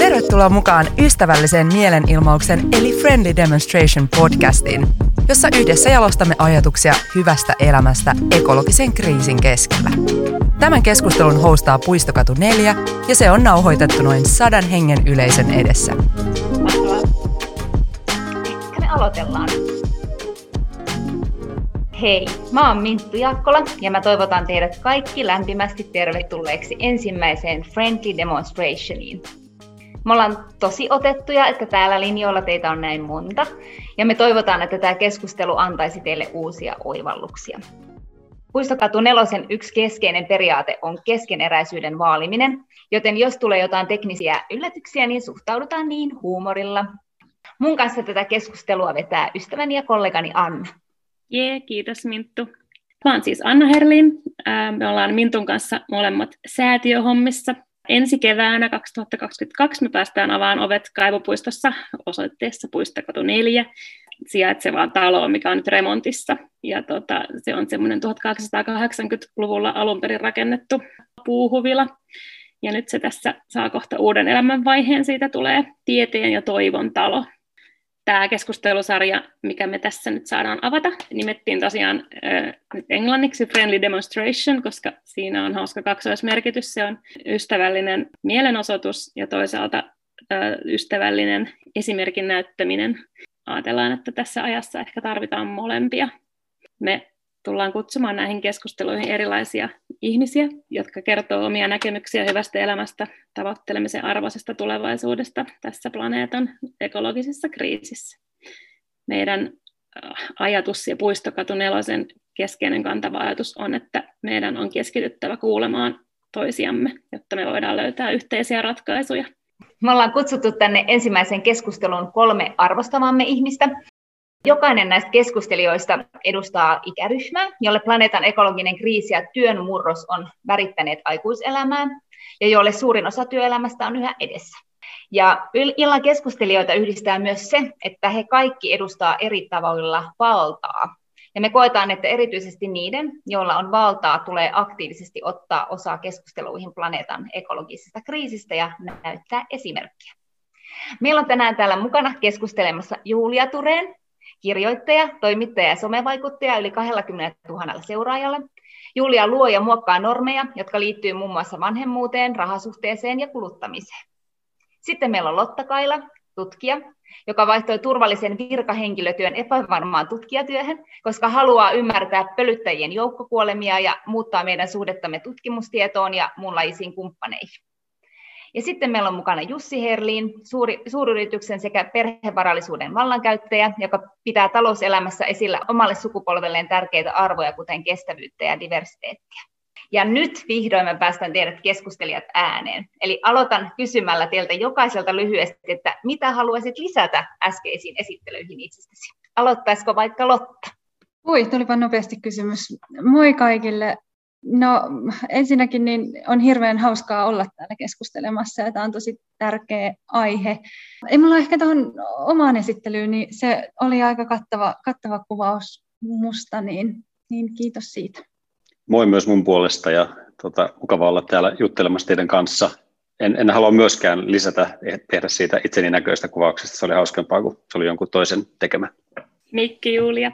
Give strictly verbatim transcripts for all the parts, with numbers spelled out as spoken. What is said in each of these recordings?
Tervetuloa mukaan ystävällisen mielenilmauksen eli Friendly Demonstration podcastiin, jossa yhdessä jalostamme ajatuksia hyvästä elämästä ekologisen kriisin keskellä. Tämän keskustelun hostaa Puistokatu neljä ja se on nauhoitettu noin sadan hengen yleisön edessä. Ehkä me aloitellaan. Hei, mä oon Minttu Jaakkola ja mä toivotan teidät kaikki lämpimästi tervetulleeksi ensimmäiseen Friendly Demonstrationiin. Me ollaan tosi otettuja, että täällä linjoilla teitä on näin monta, ja me toivotaan, että tämä keskustelu antaisi teille uusia oivalluksia. Puistokatu nelosen yksi keskeinen periaate on keskeneräisyyden vaaliminen, joten jos tulee jotain teknisiä yllätyksiä, niin suhtaudutaan niin huumorilla. Mun kanssa tätä keskustelua vetää ystäväni ja kollegani Anna. Jee, kiitos Minttu. Mä oon siis Anna Herlin. Me ollaan Mintun kanssa molemmat säätiöhommissa. Ensi keväänä kaksituhattakaksikymmentäkaksi me päästään avaan ovet Kaivopuistossa osoitteessa Puistokatu neljä sijaitsevaan taloon, mikä on nyt remontissa. Ja tota, se on semmoinen tuhatkahdeksansataakahdeksankymmentäluvulla alun perin rakennettu puuhuvila. Ja nyt se tässä saa kohta uuden elämänvaiheen. Siitä tulee tieteen ja toivon talo. Tämä keskustelusarja, mikä me tässä nyt saadaan avata, nimettiin tosiaan äh, nyt englanniksi Friendly Demonstration, koska siinä on hauska kaksoismerkitys. Se on ystävällinen mielenosoitus ja toisaalta äh, ystävällinen esimerkin näyttäminen. Ajatellaan, että tässä ajassa ehkä tarvitaan molempia. Me tullaan kutsumaan näihin keskusteluihin erilaisia ihmisiä, jotka kertoo omia näkemyksiä hyvästä elämästä, tavoittelemisen arvoisesta tulevaisuudesta tässä planeetan ekologisessa kriisissä. Meidän ajatus ja Puistokatu nelosen keskeinen kantava ajatus on, että meidän on keskityttävä kuulemaan toisiamme, jotta me voidaan löytää yhteisiä ratkaisuja. Me ollaan kutsuttu tänne ensimmäisen keskusteluun kolme arvostamamme ihmistä. Jokainen näistä keskustelijoista edustaa ikäryhmää, jolle planeetan ekologinen kriisi ja työn murros on värittäneet aikuiselämää ja jolle suurin osa työelämästä on yhä edessä. Ja illan keskustelijoita yhdistää myös se, että he kaikki edustaa eri tavoilla valtaa. Ja me koetaan, että erityisesti niiden, joilla on valtaa, tulee aktiivisesti ottaa osaa keskusteluihin planeetan ekologisesta kriisistä ja näyttää esimerkkiä. Meillä on tänään täällä mukana keskustelemassa Julia Thurén, kirjoittaja, toimittaja ja somevaikuttaja yli kaksikymmentätuhatta seuraajalla. Julia luo ja muokkaa normeja, jotka liittyy muun muassa vanhemmuuteen, rahasuhteeseen ja kuluttamiseen. Sitten meillä on Lotta Kaila, tutkija, joka vaihtoi turvallisen virkahenkilötyön epävarmaan tutkijatyöhön, koska haluaa ymmärtää pölyttäjien joukkokuolemia ja muuttaa meidän suhdettamme tutkimustietoon ja muunlaisiin kumppaneihin. Ja sitten meillä on mukana Jussi Herlin, suuri, suuryrityksen sekä perhevarallisuuden vallankäyttäjä, joka pitää talouselämässä esillä omalle sukupolvelleen tärkeitä arvoja, kuten kestävyyttä ja diversiteettiä. Ja nyt vihdoin mä päästän teidät keskustelijat ääneen. Eli aloitan kysymällä teiltä jokaiselta lyhyesti, että mitä haluaisit lisätä äskeisiin esittelyihin itsestäsi? Aloittaisiko vaikka Lotta? Ui, tulipa nopeasti kysymys. Moi kaikille. No ensinnäkin niin on hirveän hauskaa olla täällä keskustelemassa ja tämä on tosi tärkeä aihe. Ei mulla ehkä tuohon omaan esittelyyn, niin se oli aika kattava, kattava kuvaus musta, niin, niin kiitos siitä. Moi myös mun puolesta ja tota, mukava olla täällä juttelemassa teidän kanssa. En, en halua myöskään lisätä, tehdä siitä itseni näköistä kuvauksesta, se oli hauskempaa kuin se oli jonkun toisen tekemä. Mikki, Julia.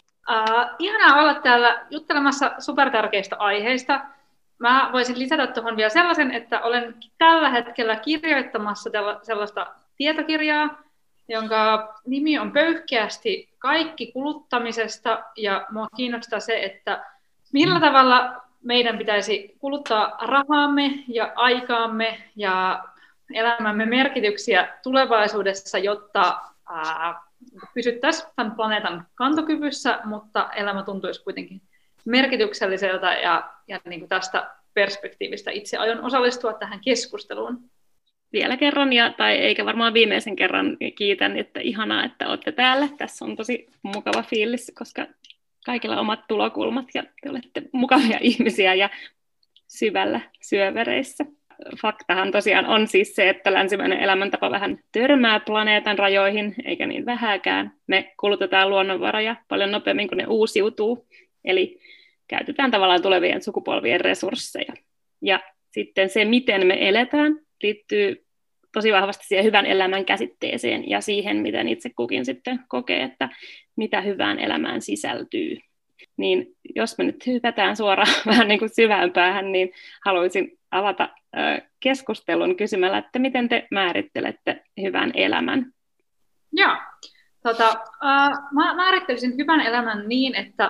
Uh, ihanaa olla täällä juttelemassa supertärkeistä aiheista. Mä voisin lisätä tuohon vielä sellaisen, että olen tällä hetkellä kirjoittamassa sellaista tietokirjaa, jonka nimi on Pöyhkeästi kaikki kuluttamisesta, ja mua kiinnostaa se, että millä tavalla meidän pitäisi kuluttaa rahaamme ja aikaamme ja elämämme merkityksiä tulevaisuudessa, jotta uh, pysyttäisiin tämän planeetan kantokyvyssä, mutta elämä tuntuisi kuitenkin merkitykselliseltä ja, ja niin kuin tästä perspektiivistä itse aion osallistua tähän keskusteluun. Vielä kerran, ja, tai eikä varmaan viimeisen kerran, kiitän, että ihanaa, että olette täällä. Tässä on tosi mukava fiilis, koska kaikilla on omat tulokulmat ja te olette mukavia ihmisiä ja syvällä syövereissä. Faktahan tosiaan on siis se, että länsimäinen elämäntapa vähän törmää planeetan rajoihin, eikä niin vähääkään. Me kulutetaan luonnonvaroja paljon nopeammin kuin ne uusiutuu, eli käytetään tavallaan tulevien sukupolvien resursseja. Ja sitten se, miten me eletään, liittyy tosi vahvasti siihen hyvän elämän käsitteeseen ja siihen, miten itse kukin sitten kokee, että mitä hyvään elämään sisältyy. Niin jos me nyt hypätään suoraan vähän niin kuin syvään päähän, niin haluaisin avata keskustelun kysymällä, että miten te määrittelette hyvän elämän? Joo. Tota, äh, mä määrittelisin hyvän elämän niin, että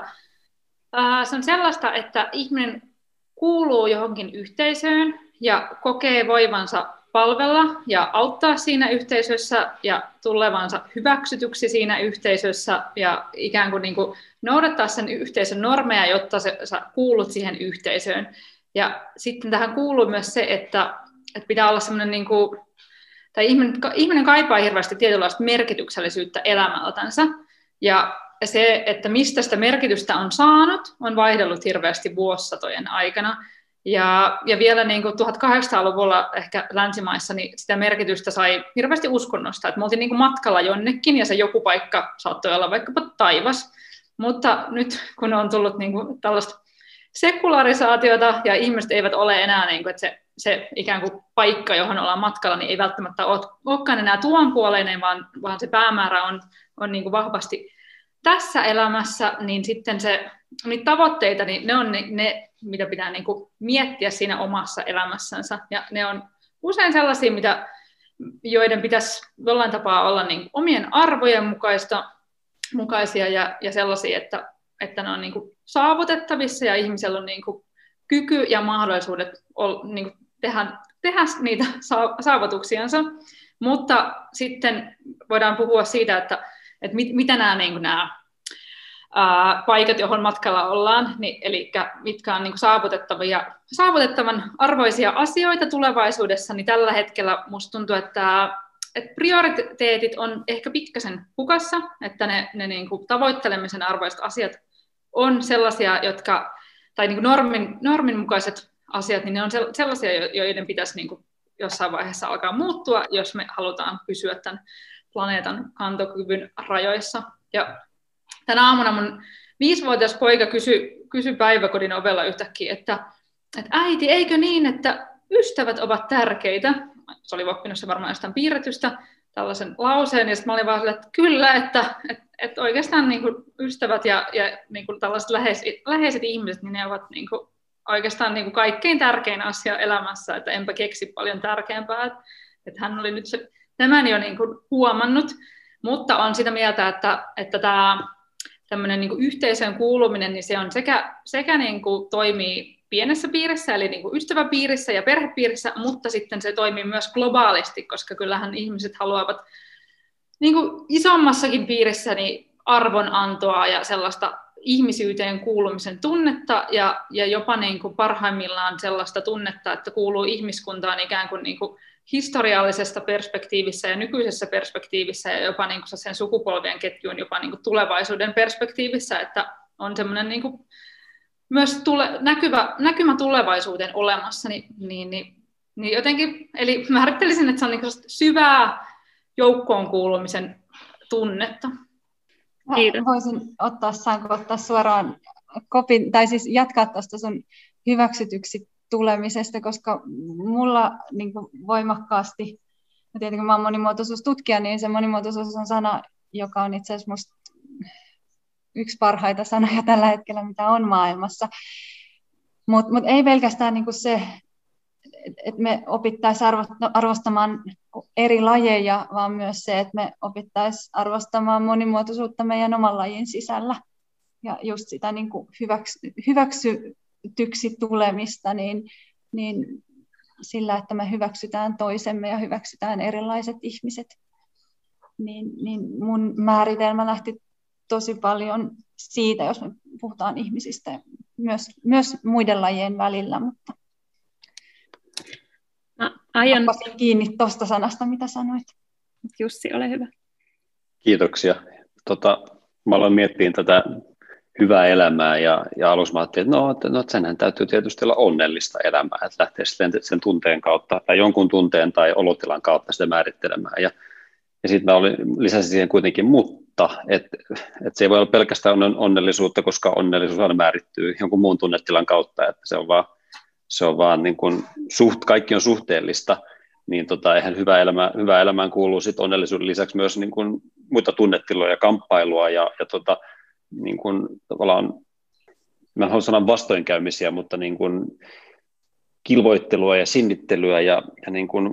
äh, se on sellaista, että ihminen kuuluu johonkin yhteisöön ja kokee voivansa palvella ja auttaa siinä yhteisössä ja tulevansa hyväksytyksi siinä yhteisössä ja ikään kuin, niin kuin noudattaa sen yhteisön normeja, jotta se, sä kuulut siihen yhteisöön. Ja sitten tähän kuuluu myös se, että, että pitää olla semmoinen, niin kuin, tai ihminen, ihminen kaipaa hirveästi tietynlaista merkityksellisyyttä elämältänsä. Ja se, että mistä sitä merkitystä on saanut, on vaihdellut hirveästi vuosisatojen aikana. Ja, ja vielä niin kuin tuhatkahdeksansataaluvulla ehkä länsimaissa niin sitä merkitystä sai hirveästi uskonnosta. Että me oltiin niin kuin matkalla jonnekin ja se joku paikka saattoi olla vaikkapa taivas. Mutta nyt kun on tullut niin kuin tällaista sekularisaatiota ja ihmiset eivät ole enää, niin kuin, että se, se ikään kuin paikka, johon ollaan matkalla, niin ei välttämättä olekaan enää tuonpuoleinen, vaan, vaan se päämäärä on, on niin kuin vahvasti tässä elämässä, niin sitten se, niitä tavoitteita, niin ne on ne, ne mitä pitää niin kuin miettiä siinä omassa elämässänsä. Ja ne on usein sellaisia, mitä, joiden pitäisi jollain tapaa olla niin omien arvojen mukaista, mukaisia ja, ja sellaisia, että, että ne on niin kuin saavutettavissa ja ihmisellä on niin kuin kyky ja mahdollisuudet ol, niin kuin tehdä, tehdä niitä saavutuksiansa. Mutta sitten voidaan puhua siitä, että, että mit, mitä nämä, niin kuin nämä ää, paikat, johon matkalla ollaan, niin, eli mitkä on niin kuin saavutettavia, saavutettavan arvoisia asioita tulevaisuudessa, niin tällä hetkellä musta tuntuu, että että prioriteetit on ehkä pikkasen hukassa, että ne, ne niin kuin tavoittelemisen arvoiset asiat on sellaisia, jotka, tai niin kuin normin, normin mukaiset asiat, niin ne on sellaisia, joiden pitäisi niin kuin jossain vaiheessa alkaa muuttua, jos me halutaan pysyä tämän planeetan kantokyvyn rajoissa. Ja tänä aamuna mun viisivuotias poika kysyi, kysyi päiväkodin ovella yhtäkkiä, että, että äiti, eikö niin, että ystävät ovat tärkeitä? Se oli oppinut se varmaan jostain piirretystä tällaisen lauseen, ja sitten mä olin vaan sillä, että kyllä, että, että, että oikeastaan niin kuin ystävät ja, ja niin kuin tällaiset läheiset, läheiset ihmiset, niin ne ovat niin kuin oikeastaan niin kuin kaikkein tärkein asia elämässä, että enpä keksi paljon tärkeämpää, että, että hän oli nyt se, tämän jo niin kuin huomannut, mutta on sitä mieltä, että, että tämä tämmöinen niin kuin yhteisön kuuluminen, niin se on sekä, sekä niin kuin toimii pienessä piirissä, eli niin kuin ystäväpiirissä ja perhepiirissä, mutta sitten se toimii myös globaalisti, koska kyllähän ihmiset haluavat niin kuin isommassakin piirissä niin arvonantoa ja sellaista ihmisyyteen kuulumisen tunnetta ja, ja jopa niin kuin parhaimmillaan sellaista tunnetta, että kuuluu ihmiskuntaan ikään kuin, niin kuin historiallisessa perspektiivissä ja nykyisessä perspektiivissä ja jopa niin kuin sen sukupolvien ketjuun jopa niin kuin tulevaisuuden perspektiivissä, että on semmoinen niin kuin myös tule, näkyvä, näkymä tulevaisuuteen olemassa, niin, niin, niin, niin jotenkin, eli määrittelisin, että se on niin syvää joukkoon kuulumisen tunnetta. Kiitos. Voisin ottaa, saanko ottaa suoraan kopin, tai siis jatkaa tuosta sun hyväksytyksi tulemisesta, koska mulla niin kuin voimakkaasti, ja tietenkin mä oon monimuotoisuustutkija, niin se monimuotoisuus on sana, joka on itse asiassa musta yksi parhaita sanoja tällä hetkellä, mitä on maailmassa. Mutta mut ei pelkästään niinku se, että me opittaisiin arvostamaan eri lajeja, vaan myös se, että me opittaisiin arvostamaan monimuotoisuutta meidän oman lajin sisällä. Ja just sitä niinku hyväksy, hyväksytyksi tulemista, niin, niin sillä, että me hyväksytään toisemme ja hyväksytään erilaiset ihmiset, niin, niin mun määritelmä lähti tosi paljon siitä, jos me puhutaan ihmisistä, myös, myös muiden lajien välillä, mutta Mä aion kiinni tuosta sanasta, mitä sanoit. Jussi, ole hyvä. Kiitoksia. Tota, mä aloin miettimään tätä hyvää elämää ja, ja alussa mä ajattelin, että no, että, no, senhän täytyy tietysti olla onnellista elämää, että lähtee sitten sen tunteen kautta tai jonkun tunteen tai olotilan kautta sitä määrittelemään. Ja, ja sitten mä olin, lisäsin siihen kuitenkin mutta, että, että se ei voi olla pelkästään onnellisuutta, koska onnellisuus aina määrittyy jonkun muun tunnetilan kautta, että se on vaan, se on vaan niin kuin suht, kaikki on suhteellista, niin tota, eihän hyvä elämä, hyvä elämään kuuluu sit onnellisuuden lisäksi myös niin kuin muita tunnetiloja, kamppailua ja, ja tota, niin kuin, tavallaan, mä en halua sanoa vastoinkäymisiä, mutta niin kuin kilvoittelua ja sinnittelyä ja, ja niin kuin,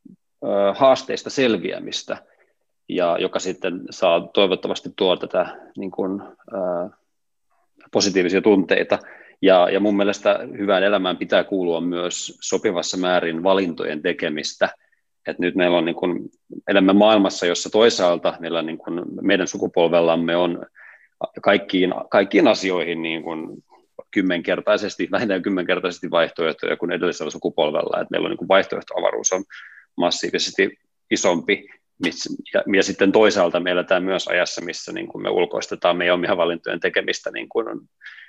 ö, haasteista selviämistä, ja joka sitten saa toivottavasti tuo tätä niin kuin, ö, positiivisia tunteita. Ja, ja mun mielestä hyvään elämään pitää kuulua myös sopivassa määrin valintojen tekemistä. Et nyt meillä on, niin kun, elämme maailmassa, jossa toisaalta meillä niin kun, meidän sukupolvellamme on kaikkiin, kaikkiin asioihin niin kun, kymmenkertaisesti, vähintään kymmenkertaisesti vaihtoehtoja kuin edellisellä sukupolvella. Et meillä on niin kun, vaihtoehtoavaruus on massiivisesti isompi. Ja, ja sitten toisaalta me eletään myös ajassa, missä niin kun me ulkoistetaan meidän omia valintojen tekemistä niin kun on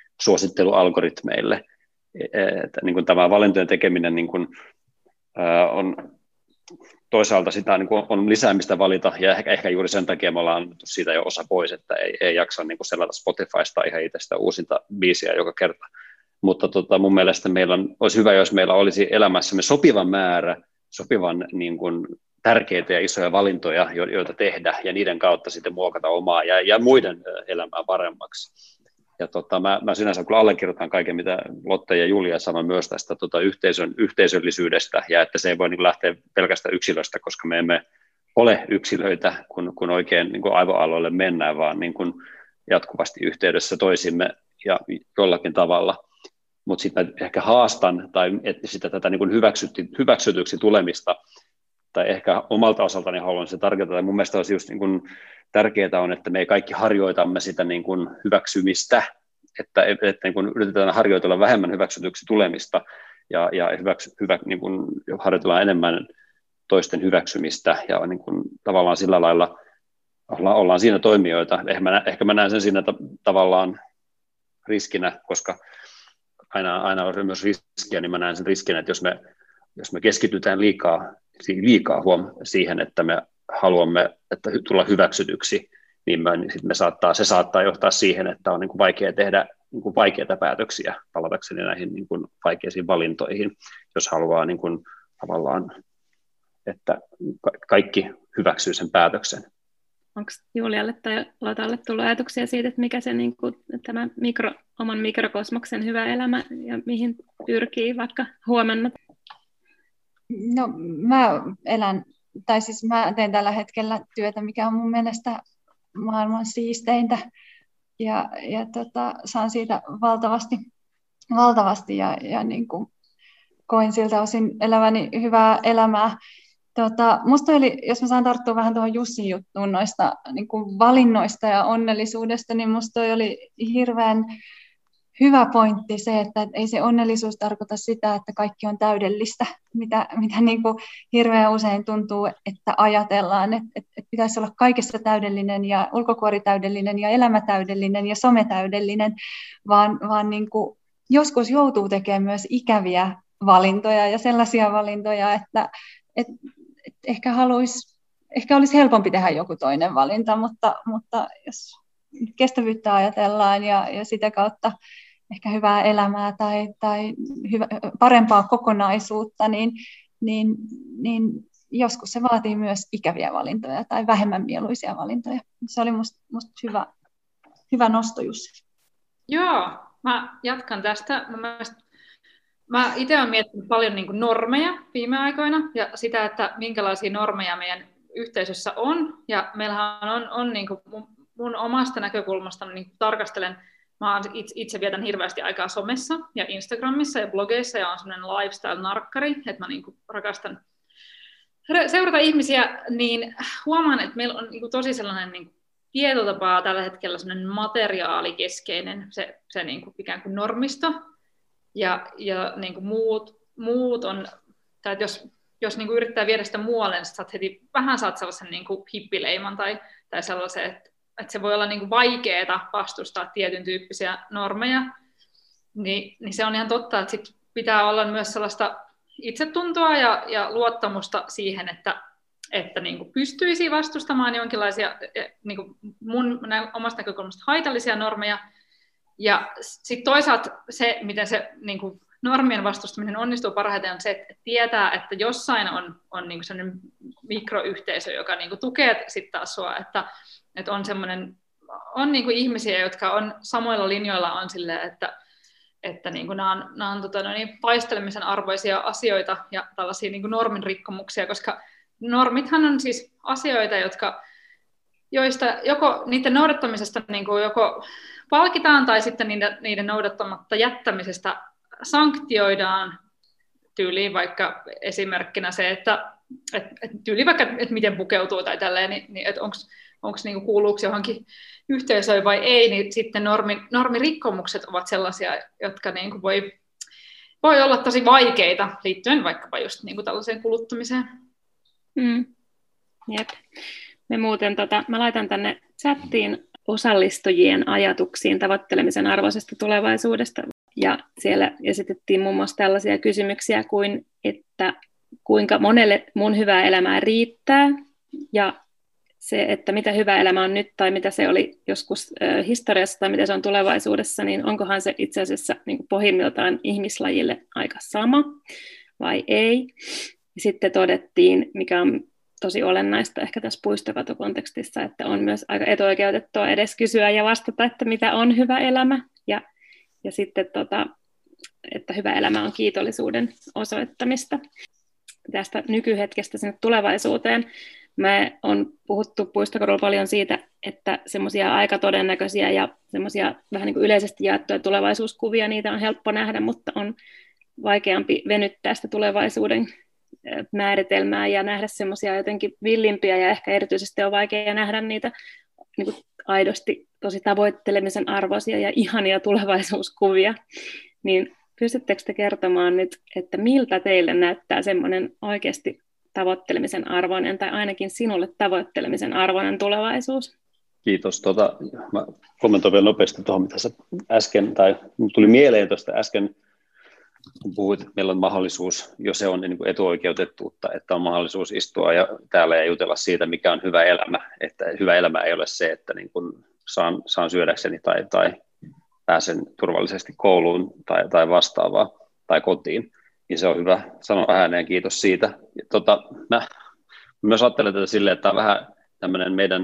suosittelualgoritmeille. Että niin kuin tämä valintojen tekeminen niin kuin, ää, on toisaalta sitä niin kuin on lisäämistä valita, ja ehkä, ehkä juuri sen takia me ollaan annettu siitä jo osa pois, että ei, ei jaksa niin kuin selata Spotifysta ihan itsestä uusinta biisiä joka kerta. Mutta tota, mun mielestä meillä on, olisi hyvä, jos meillä olisi elämässämme sopiva määrä, sopivan niin kuin, tärkeitä ja isoja valintoja, joita tehdä, ja niiden kautta sitten muokata omaa ja, ja muiden elämää paremmaksi. Ja tota, mä, mä sinänsä kyllä allekirjoitan kaiken, mitä Lotte ja Julia sanoi myös tästä tota, yhteisön, yhteisöllisyydestä, ja että se ei voi niin lähteä pelkästään yksilöstä, koska me emme ole yksilöitä, kun, kun oikein niin kuin aivoaloille mennään, vaan niin kuin jatkuvasti yhteydessä toisimme ja jollakin tavalla. Mutta sitten ehkä haastan, tai että sitä tätä niin kuin hyväksytyksi tulemista, tai ehkä omalta osaltani haluan se tarkoittaa, mun mielestä olisi just niin kuin tärkeää on, että me kaikki harjoitamme sitä niin kuin hyväksymistä, että, että niin kuin yritetään harjoitella vähemmän hyväksytyksi tulemista ja, ja hyväksy, hyvä, niin kuin harjoitellaan enemmän toisten hyväksymistä ja niin kuin tavallaan sillä lailla ollaan, ollaan siinä toimijoita. Ehkä mä, ehkä mä näen sen siinä ta, tavallaan riskinä, koska aina, aina on myös riskiä, niin mä näen sen riskinä, että jos me, jos me keskitytään liikaa, liikaa huom siihen, että me haluamme että tulla hyväksytyksi, niin me, niin sit me saattaa, se saattaa johtaa siihen, että on niin kuin vaikea tehdä niin kuin vaikeita päätöksiä palatakseni näihin niin kuin vaikeisiin valintoihin, jos haluaa niin kuin, tavallaan, että kaikki hyväksyy sen päätöksen. Onko Julialle tai Lotalle tullut ajatuksia siitä, että mikä se niin kuin, tämä mikro, oman mikrokosmoksen hyvä elämä ja mihin pyrkii vaikka huomenna? No mä elän, tai siis mä teen tällä hetkellä työtä, mikä on mun mielestä maailman siisteintä ja, ja tota, saan siitä valtavasti, valtavasti ja, ja niin kuin koin siltä osin eläväni hyvää elämää. Tota, musta oli, jos mä saan tarttua vähän tuohon Jussin juttuun noista niin kuin valinnoista ja onnellisuudesta, niin musta oli hirveän hyvä pointti se, että ei se onnellisuus tarkoita sitä, että kaikki on täydellistä, mitä, mitä niin kuin hirveän usein tuntuu, että ajatellaan, että, että, että pitäisi olla kaikessa täydellinen ja ulkokuori täydellinen ja elämä täydellinen ja some täydellinen, vaan, vaan niin kuin joskus joutuu tekemään myös ikäviä valintoja ja sellaisia valintoja, että, että, että ehkä, haluaisi, ehkä olisi helpompi tehdä joku toinen valinta, mutta, mutta jos kestävyyttä ajatellaan ja, ja sitä kautta ehkä hyvää elämää tai, tai hyvä, parempaa kokonaisuutta, niin, niin, niin joskus se vaatii myös ikäviä valintoja tai vähemmän mieluisia valintoja. Se oli musta, musta hyvä, hyvä nosto, Jussi. Joo, mä jatkan tästä. Mun mielestä mä itse olen miettinyt paljon niin kuin normeja viime aikoina ja sitä, että minkälaisia normeja meidän yhteisössä on. Ja meillähän on, on niin kuin mun, mun omasta näkökulmasta niin kuin tarkastelen. Mä itse, itse vietän hirveästi aikaa somessa ja Instagramissa ja blogeissa ja on semmoinen lifestyle-narkkari, että mä niinku rakastan seurata ihmisiä, niin huomaan, että meillä on niinku tosi sellainen niinku tietotapaa tällä hetkellä semmoinen materiaalikeskeinen, se, se niinku ikään kuin normisto ja, ja niinku muut, muut on, tai jos, jos niinku yrittää viedä sitä muualle, niin saat heti vähän saat sellaisen niinku hippileiman tai, tai sellaisen, että että se voi olla niin kuin vaikeaa vastustaa tietyn tyyppisiä normeja, niin, niin se on ihan totta, että sit pitää olla myös sellaista itsetuntoa ja, ja luottamusta siihen, että, että niin kuin pystyisi vastustamaan jonkinlaisia niin kuin mun omasta näkökulmasta haitallisia normeja. Ja sitten toisaalta se, miten se niin kuin normien vastustaminen onnistuu parhaiten se, että tietää, että jossain on, on niin kuin sellainen mikroyhteisö, joka niin kuin tukee sitten taas sua, että, että on semmoinen, on niin kuin ihmisiä, jotka on samoilla linjoilla on silleen, että, että niin kuin nämä on, nämä on tota, no niin, taistelemisen arvoisia asioita ja tällaisia niin kuin normin rikkomuksia, koska normithan on siis asioita, jotka, joista joko niiden noudattamisesta niin kuin joko palkitaan tai sitten niiden, niiden noudattamatta jättämisestä sanktioidaan, tyyliin vaikka esimerkkinä se, että et, et tyyliin vaikka, että miten pukeutuu tai tälleen, niin, niin että onko niinku kuuluuko johonkin yhteisöön vai ei, niin sitten normi, normirikkomukset ovat sellaisia, jotka niinku voi, voi olla tosi vaikeita liittyen vaikkapa just niinku tällaiseen kuluttamiseen. Mm. Jep. Me muuten, tota, mä laitan tänne chattiin osallistujien ajatuksiin tavoittelemisen arvoisesta tulevaisuudesta. Ja siellä esitettiin muun muassa tällaisia kysymyksiä kuin, että kuinka monelle mun hyvää elämää riittää ja se, että mitä hyvä elämä on nyt tai mitä se oli joskus äh, historiassa tai mitä se on tulevaisuudessa, niin onkohan se itse asiassa niin kuin pohjimmiltaan ihmislajille aika sama vai ei. Ja sitten todettiin, mikä on tosi olennaista ehkä tässä puistokatokontekstissa, että on myös aika etuoikeutettua edes kysyä ja vastata, että mitä on hyvä elämä ja Ja sitten, tota, että hyvä elämä on kiitollisuuden osoittamista. Tästä nykyhetkestä sinne tulevaisuuteen. Me on puhuttu Puistokadulla paljon siitä, että semmoisia aika todennäköisiä ja semmoisia vähän niin kuin yleisesti jaettuja tulevaisuuskuvia, niitä on helppo nähdä, mutta on vaikeampi venyttää sitä tulevaisuuden määritelmää ja nähdä semmoisia jotenkin villimpiä ja ehkä erityisesti on vaikea nähdä niitä niin kuin aidosti tosi tavoittelemisen arvoisia ja ihania tulevaisuuskuvia, niin pystyttekö te kertomaan nyt, että miltä teille näyttää semmoinen oikeasti tavoittelemisen arvoinen tai ainakin sinulle tavoittelemisen arvoinen tulevaisuus? Kiitos. Tuota, mä kommentoin vielä nopeasti tuohon, mitä sä äsken, tai tuli mieleen tuosta äsken, kun puhuit, että meillä on mahdollisuus, jos se on niin kuin etuoikeutettuutta, että on mahdollisuus istua ja täällä ja jutella siitä, mikä on hyvä elämä. Että hyvä elämä ei ole se, että niin kuin saan, saan syödäkseni tai, tai pääsen turvallisesti kouluun tai, tai vastaavaa tai kotiin. Niin se on hyvä sanoa ääneen, kiitos siitä. Ja tota, mä myös ajattelen tätä silleen, että tämä on vähän tämmöinen meidän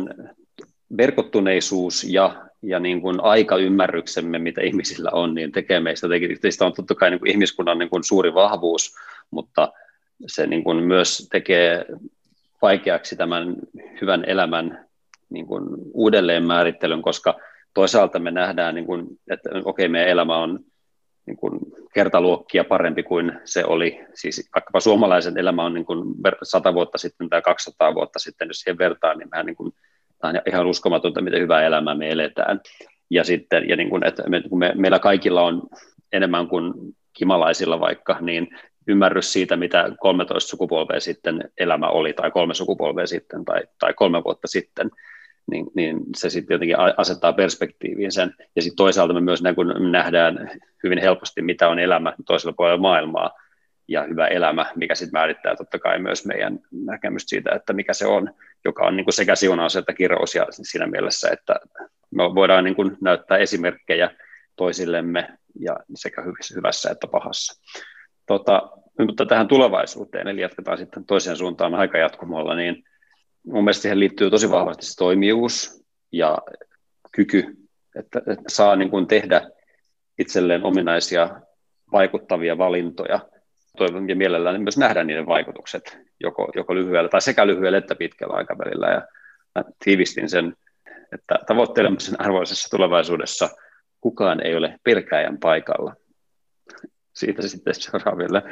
verkottuneisuus ja, ja niin kuin aikaymmärryksemme, mitä ihmisillä on, niin tekee meistä. Teistä on totta kai niin kuin ihmiskunnan niin kuin suuri vahvuus, mutta se niin kuin myös tekee vaikeaksi tämän hyvän elämän niin kuin uudelleenmäärittelyn, koska toisaalta me nähdään, niin kuin, että okei, meidän elämä on niin kuin kertaluokkia parempi kuin se oli. Siis vaikkapa suomalaisen elämä on niin kuin sata vuotta sitten tai kaksisataa vuotta sitten, jos siihen vertaan, niin mehän niin kuin tämä on ihan uskomatonta, miten hyvää elämää me eletään. Ja sitten, ja niin kuin, että me, kun me, meillä kaikilla on enemmän kuin kimalaisilla vaikka, niin ymmärrys siitä, mitä kolmetoista sukupolvea sitten elämä oli, tai kolme sukupolvea sitten, tai, tai kolme vuotta sitten, niin, niin se sitten jotenkin asettaa perspektiiviin sen. Ja sitten toisaalta me myös nähdään hyvin helposti, mitä on elämä toisella puolella maailmaa, ja hyvä elämä, mikä sitten määrittää totta kai myös meidän näkemystä siitä, että mikä se on, joka on niin kuin sekä siunaus että kirous, ja siinä mielessä, että me voidaan niin kuin näyttää esimerkkejä toisillemme ja sekä hyvässä että pahassa. Tota, mutta tähän tulevaisuuteen, eli jatketaan sitten toiseen suuntaan aikajatkumolla, niin mun mielestä siihen liittyy tosi vahvasti se toimijuus ja kyky, että, että saa niin kuin tehdä itselleen ominaisia vaikuttavia valintoja. Toivon ja mielellään myös nähdä niiden vaikutukset joko, joko lyhyellä tai sekä lyhyellä että pitkällä aikavälillä. Ja mä tiivistin sen, että tavoittelemisen arvoisessa tulevaisuudessa kukaan ei ole pelkääjän paikalla. Siitä se sitten seuraaville.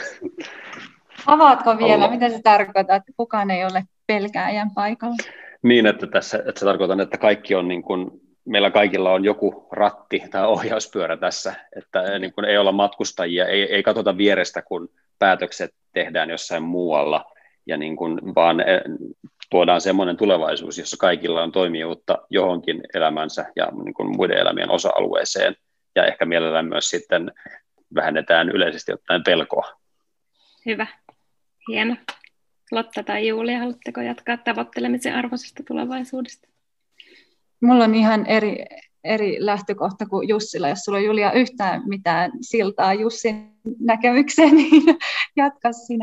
Avaatko vielä, Allah. Mitä se tarkoittaa, että kukaan ei ole pelkääjän paikalla? Niin, että, tässä, että se tarkoittaa, että kaikki on niin kuin, meillä kaikilla on joku ratti tai ohjauspyörä tässä, että niin kuin ei olla matkustajia, ei, ei katsota vierestä, kun päätökset tehdään jossain muualla, ja niin kuin, vaan tuodaan semmoinen tulevaisuus, jossa kaikilla on toimijuutta johonkin elämänsä ja niin kuin muiden elämien osa-alueeseen, ja ehkä mielellään myös sitten vähennetään yleisesti ottaen pelkoa. Hyvä. Hieno. Lotta tai Julia, haluatteko jatkaa tavoittelemisen arvoisesta tulevaisuudesta? Mulla on ihan eri, eri lähtökohta kuin Jussilla. Jos sulla on, Julia, yhtään mitään siltaa Jussin näkemykseen, niin jatka sinä.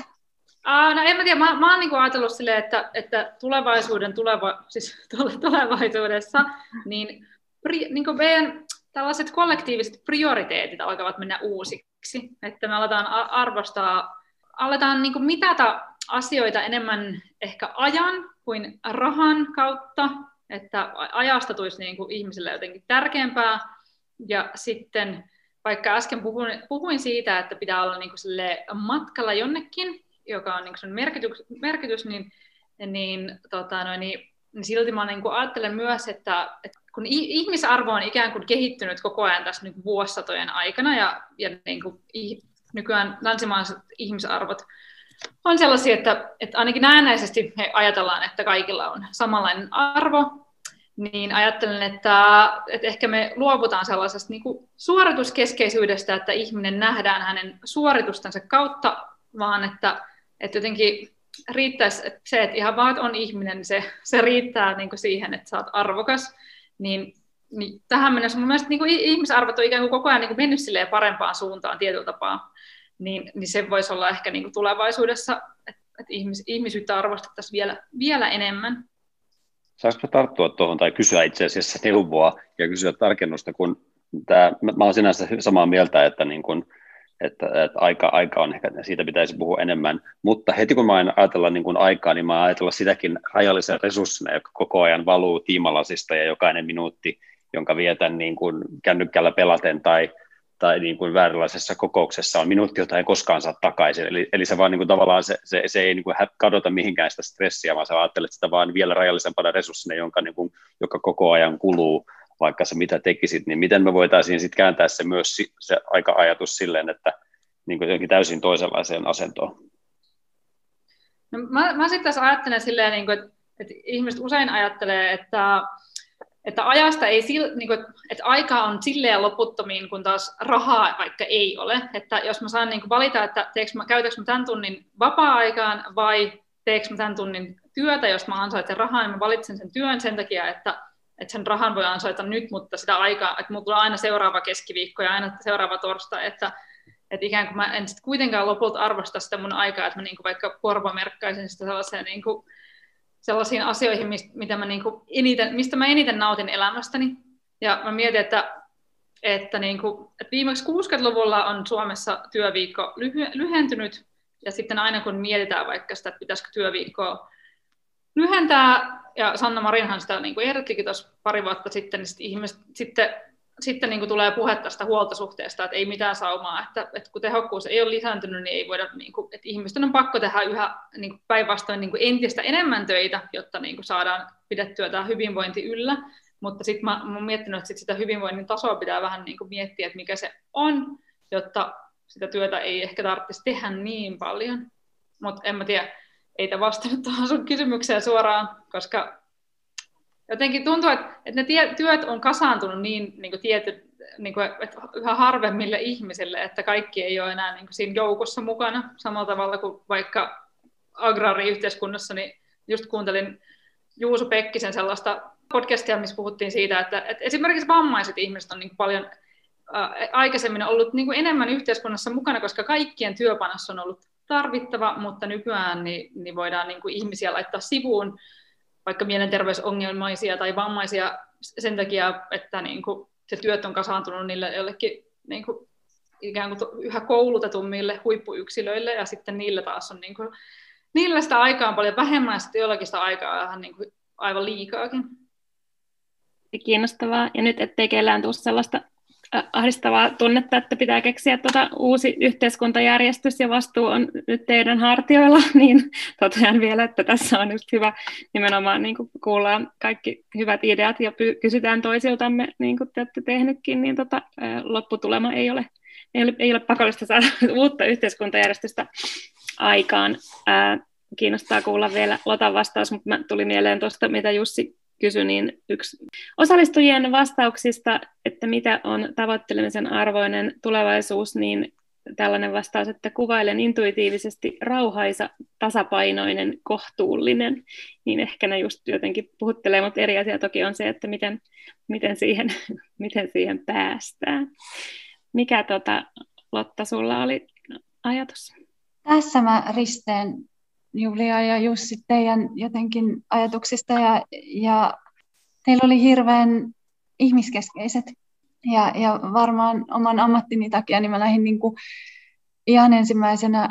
Uh, no en mä tiedä, mä, mä oon niinku ajatellut silleen, että, että tulevaisuuden tuleva, siis tulevaisuudessa niin, pri, niinku meidän tällaiset kollektiiviset prioriteetit alkavat mennä uusiksi. Että me aletaan arvostaa, aletaan niinku mitata asioita enemmän ehkä ajan kuin rahan kautta, että ajasta tulisi niinku ihmisille jotenkin tärkeämpää. Ja sitten vaikka äsken puhuin, puhuin siitä, että pitää olla niinku matkalla jonnekin, joka on niin merkitys, merkitys, niin, niin, tota, no, niin, niin silti mä niin ajattelen myös, että, että kun ihmisarvo on ikään kuin kehittynyt koko ajan tässä niin vuosisatojen aikana, ja, ja niin kuin, nykyään länsimaiset ihmisarvot on sellaisia, että, että ainakin näennäisesti me ajatellaan, että kaikilla on samanlainen arvo, niin ajattelen, että, että ehkä me luovutaan sellaisesta niin kuin suorituskeskeisyydestä, että ihminen nähdään hänen suoritustensa kautta, vaan että Että jotenkin riittäisi että se, että ihan vaan on ihminen, niin se, se riittää niin kuin siihen, että sä oot arvokas. Niin, niin tähän mennessä mun mielestä niin kuin ihmisarvot on ikään kuin koko ajan niin kuin mennyt silleen parempaan suuntaan tietyllä tapaa. Niin, niin se voisi olla ehkä niin kuin tulevaisuudessa, että, että ihmis, ihmisyyttä arvostettaisiin vielä, vielä enemmän. Saisiko tarttua tuohon tai kysyä itse asiassa neuvoa ja kysyä tarkennusta, kun tämä, mä olen sinänsä samaa mieltä, että niin kuin Että, että aika, aika on ehkä, siitä pitäisi puhua enemmän, mutta heti kun mä aina ajatellaan niin kuin aikaa, niin mä ajatella sitäkin rajallisen resurssina, joka koko ajan valuu tiimalasista ja jokainen minuutti, jonka vietän niin kuin kännykkällä pelaten tai, tai niin kuin vääränlaisessa kokouksessa on minuutti, jota ei koskaan saa takaisin. Eli, eli se vaan niin kuin tavallaan se, se, se ei niin kuin kadota mihinkään sitä stressiä, vaan sä ajattelet sitä vaan vielä rajallisempana resurssina, jonka, niin kuin, joka koko ajan kuluu, vaikka se mitä tekisit, niin miten me voitaisiin sitten kääntää se myös se aika-ajatus silleen, että niin kuin jotenkin täysin toisenlaiseen asentoon. No, mä, mä sitten tässä ajattelen silleen, niin kuin, että, että ihmiset usein ajattelee, että, että ajasta ei, niin kuin, että aika on silleen loputtomiin, kun taas rahaa vaikka ei ole. Että jos mä saan niin kuin valita, että teekö mä, käytänkö mä tämän tunnin vapaa-aikaan vai teekö mä tämän tunnin työtä, jos mä ansaitsen rahaa, niin mä valitsen sen työn sen takia, että että sen rahan voi ansaita nyt, mutta sitä aikaa, että mulla tulee aina seuraava keskiviikko ja aina seuraava torstai, että, että ikään kuin mä en sitten kuitenkaan lopulta arvosta sitä mun aikaa, että mä niinku vaikka korvamerkkaisin sitä sellaiseen, niinku, sellaisiin asioihin, mistä, mitä mä niinku eniten, mistä mä eniten nautin elämästäni. Ja mä mietin, että, että, niinku, että viimeksi kuusikymmentäluvulla on Suomessa työviikko lyhy, lyhentynyt, ja sitten aina kun mietitään vaikka sitä, että pitäisikö työviikkoa lyhentää, ja Sanna Marinhan sitä niin kuin ehdottikin tuossa pari vuotta sitten, niin sitten ihmiset sitten, sitten niin kuin tulee puhetta tästä huoltosuhteesta, että ei mitään saumaa, että, että kun tehokkuus ei ole lisääntynyt, niin ei voida, niin kuin, että ihmisten on pakko tehdä yhä niin kuin päinvastoin niin kuin entistä enemmän töitä, jotta niin kuin saadaan pidettyä tämä hyvinvointi yllä, mutta sitten mä, mä oon miettinyt, että sit sitä hyvinvoinnin tasoa pitää vähän niin kuin miettiä, että mikä se on, jotta sitä työtä ei ehkä tarvitsisi tehdä niin paljon, mutta en mä tiedä, ei tämä vastannut tuohon sun kysymykseen suoraan, koska jotenkin tuntuu, että, että ne tie, työt on kasaantunut niin, niin kuin tiety, niin kuin, että yhä harvemmille ihmisille, että kaikki ei ole enää niin kuin siinä joukossa mukana samalla tavalla kuin vaikka agraariyhteiskunnassa, niin just kuuntelin Juuso Pekkisen sellaista podcastia, missä puhuttiin siitä, että, että esimerkiksi vammaiset ihmiset on niin kuin paljon ää, aikaisemmin ollut niin kuin enemmän yhteiskunnassa mukana, koska kaikkien työpanos on ollut tarvittava, mutta nykyään niin, niin voidaan niin kuin ihmisiä laittaa sivuun, vaikka mielenterveysongelmaisia tai vammaisia sen takia, että niin kuin se työt on kasaantunut niille jollekin niin kuin ikään kuin yhä koulutetummille huippuyksilöille, ja sitten niillä taas on niin kuin, niillä sitä aikaa on paljon vähemmän, ja sitten jollakin sitä aikaa vähän niin kuin aivan liikaakin. Kiinnostavaa, ja nyt ettei kellään tule sellaista ahdistavaa tunnetta, että pitää keksiä tuota uusi yhteiskuntajärjestys ja vastuu on nyt teidän hartioilla, niin totean vielä, että tässä on just hyvä nimenomaan niin kuin kuullaan kaikki hyvät ideat ja py- kysytään toisiltamme, niin kuin te olette tehnytkin, niin tota, lopputulema ei ole, ei ole, ei ole pakollista saada uutta yhteiskuntajärjestystä aikaan. Ää, kiinnostaa kuulla vielä Lotan vastaus, mutta tuli mieleen tuosta, mitä Jussi kysyi, niin yksi osallistujien vastauksista, että mitä on tavoittelemisen arvoinen tulevaisuus, niin tällainen vastaus, että kuvailen intuitiivisesti rauhaisa, tasapainoinen, kohtuullinen, niin ehkä ne just jotenkin puhuttelee, mutta eri asia toki on se, että miten, miten, siihen, miten siihen päästään. Mikä tota, Lotta, sulla oli ajatus? Tässä mä risteen Julia ja Jussi teidän jotenkin ajatuksista ja, ja teillä oli hirveän ihmiskeskeiset ja, ja varmaan oman ammattini takia niin mä lähdin niin kuin ihan ensimmäisenä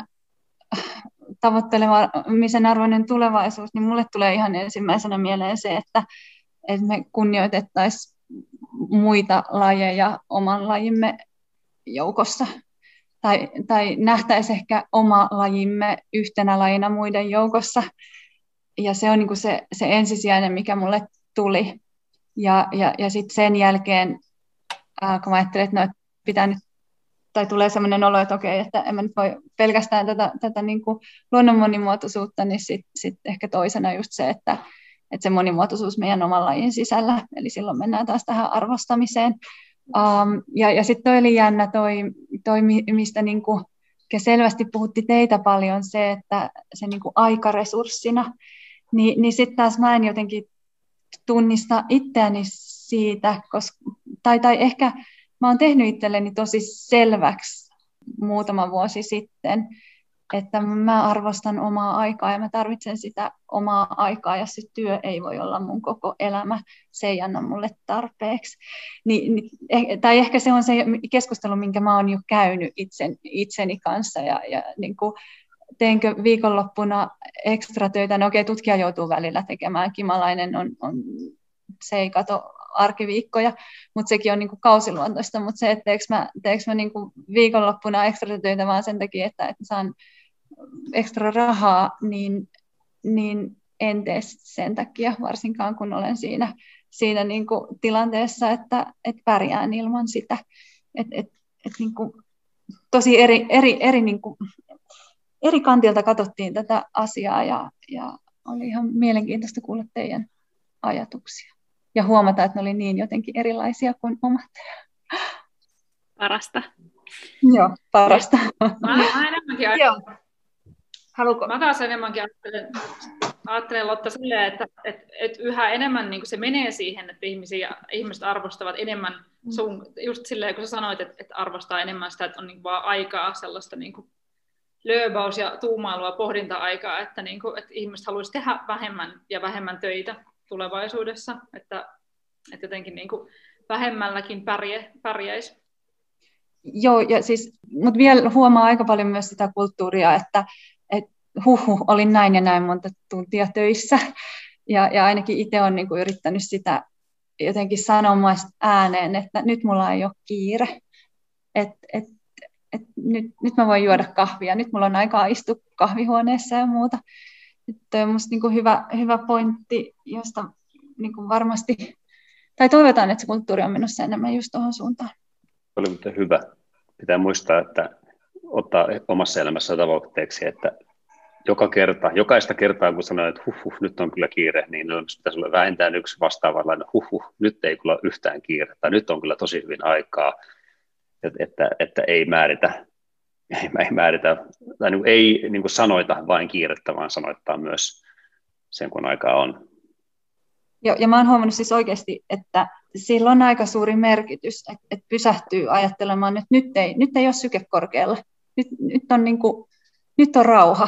tavoittelemisen arvoinen tulevaisuus, niin mulle tulee ihan ensimmäisenä mieleen se, että, että me kunnioitettaisiin muita lajeja oman lajimme joukossa. Tai, tai nähtäisiin ehkä oma lajimme yhtenä lajina muiden joukossa. Ja se on niin kuin se, se ensisijainen, mikä mulle tuli. Ja, ja, ja sitten sen jälkeen, ää, kun mä ajattelin, että no, pitää nyt, tai tulee sellainen olo, että okei, että en mä nyt voi pelkästään tätä, tätä niin kuin luonnon monimuotoisuutta, niin sitten sit ehkä toisena just se, että, että se monimuotoisuus meidän oman lajin sisällä, eli silloin mennään taas tähän arvostamiseen. Um, ja ja sitten toi oli jännä, toi, toi mistä niinku, selvästi puhutti teitä paljon, se, että se niinku aikaresurssina, Ni, niin sitten taas mä en jotenkin tunnista itseäni siitä, koska, tai, tai ehkä mä oon tehnyt itselleni tosi selväksi muutama vuosi sitten, että mä arvostan omaa aikaa ja mä tarvitsen sitä omaa aikaa ja se työ ei voi olla mun koko elämä, se ei anna mulle tarpeeksi. Ni, ni, tai ehkä se on se keskustelu, minkä mä oon jo käynyt itsen, itseni kanssa ja, ja niin kuin, teenkö viikonloppuna ekstra töitä, no okei, tutkija joutuu välillä tekemään, kimalainen on, on se ei kato arkiviikkoja, mutta sekin on niinku kausiluontoista, mutta se, että teekö mä, teekö mä niinku viikonloppuna ekstra töitä vaan sen takia, että, että saan ekstra rahaa, niin, niin en tee sen takia, varsinkaan kun olen siinä, siinä niinku tilanteessa, että, että pärjään ilman sitä. Et, et, et niinku, tosi eri, eri, eri, niinku, eri kantilta katsottiin tätä asiaa ja, ja oli ihan mielenkiintoista kuulla teidän ajatuksia. Ja huomata, että ne oli niin jotenkin erilaisia kuin omat. Parasta. Joo, parasta. Mä, mä enemmänkin ajattelen, Haluatko? Mä taas enemmänkin ajattelen, ajattelen Lotta silleen, että, että, että yhä enemmän niin kuin se menee siihen, että ihmisiä, ihmiset arvostavat enemmän sun, just silleen, kun sä sanoit, että, että arvostaa enemmän sitä, että on niin kuin vaan aikaa sellaista niin kuin lööbaus- ja tuumailua, pohdinta-aikaa, että, niin kuin, että ihmiset haluaisi tehdä vähemmän ja vähemmän töitä tulevaisuudessa, että, että jotenkin niin kuin vähemmälläkin pärjä, pärjäisi. Joo, ja siis, mutta vielä huomaa aika paljon myös sitä kulttuuria, että et, huhhuh, olin näin ja näin monta tuntia töissä, ja, ja ainakin itse olen niinku yrittänyt sitä jotenkin sanomaan ääneen, että nyt mulla ei ole kiire, että et, et, nyt, nyt mä voin juoda kahvia, nyt mulla on aikaa istua kahvihuoneessa ja muuta. Tämä on minusta niinku hyvä, hyvä pointti, josta niinku varmasti, tai toivotaan, että se kulttuuri on menossa enemmän just tuohon suuntaan. Oli muuten hyvä. Pitää muistaa, että ottaa omassa elämässä tavoitteeksi, että joka kerta, jokaista kertaa, kun sanoo, että huh, huh, nyt on kyllä kiire, niin pitäisi olla vähintään yksi vastaavanlainen, huh, huh, nyt ei kyllä yhtään kiire, tai nyt on kyllä tosi hyvin aikaa, että, että, että ei määritä, ei, ei määritä, tai niin ei niin kuin sanoita vain kiirettä, vaan sanoittaa myös sen, kun aikaa on. Joo, ja mä oon huomannut siis oikeasti, että sillä on aika suuri merkitys, että, että pysähtyy ajattelemaan, että nyt ei, nyt ei ole syke korkealla, nyt, nyt, on, niin kuin, nyt on rauha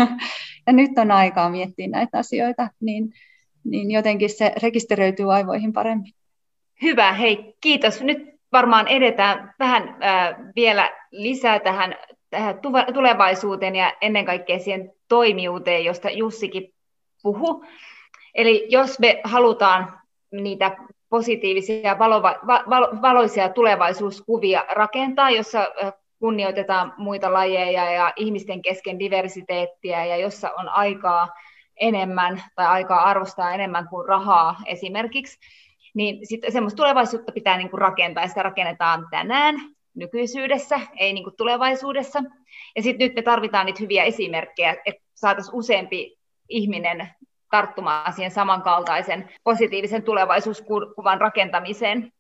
ja nyt on aikaa miettiä näitä asioita, niin, niin jotenkin se rekisteröityy aivoihin paremmin. Hyvä, hei kiitos. Nyt varmaan edetään vähän äh, vielä lisää tähän, tähän tulevaisuuteen ja ennen kaikkea siihen toimijuuteen, josta Jussikin puhui. Eli jos me halutaan niitä positiivisia valova, valo, valoisia tulevaisuuskuvia rakentaa, jossa kunnioitetaan muita lajeja ja ihmisten kesken diversiteettiä ja jossa on aikaa enemmän tai aikaa arvostaa enemmän kuin rahaa esimerkiksi, niin sitten semmoista tulevaisuutta pitää niinku rakentaa ja sitä rakennetaan tänään nykyisyydessä, ei niinku tulevaisuudessa. Ja sitten nyt me tarvitaan niitä hyviä esimerkkejä, että saataisiin useampi ihminen tarttumaan siihen samankaltaisen positiivisen tulevaisuuskuvan rakentamiseen.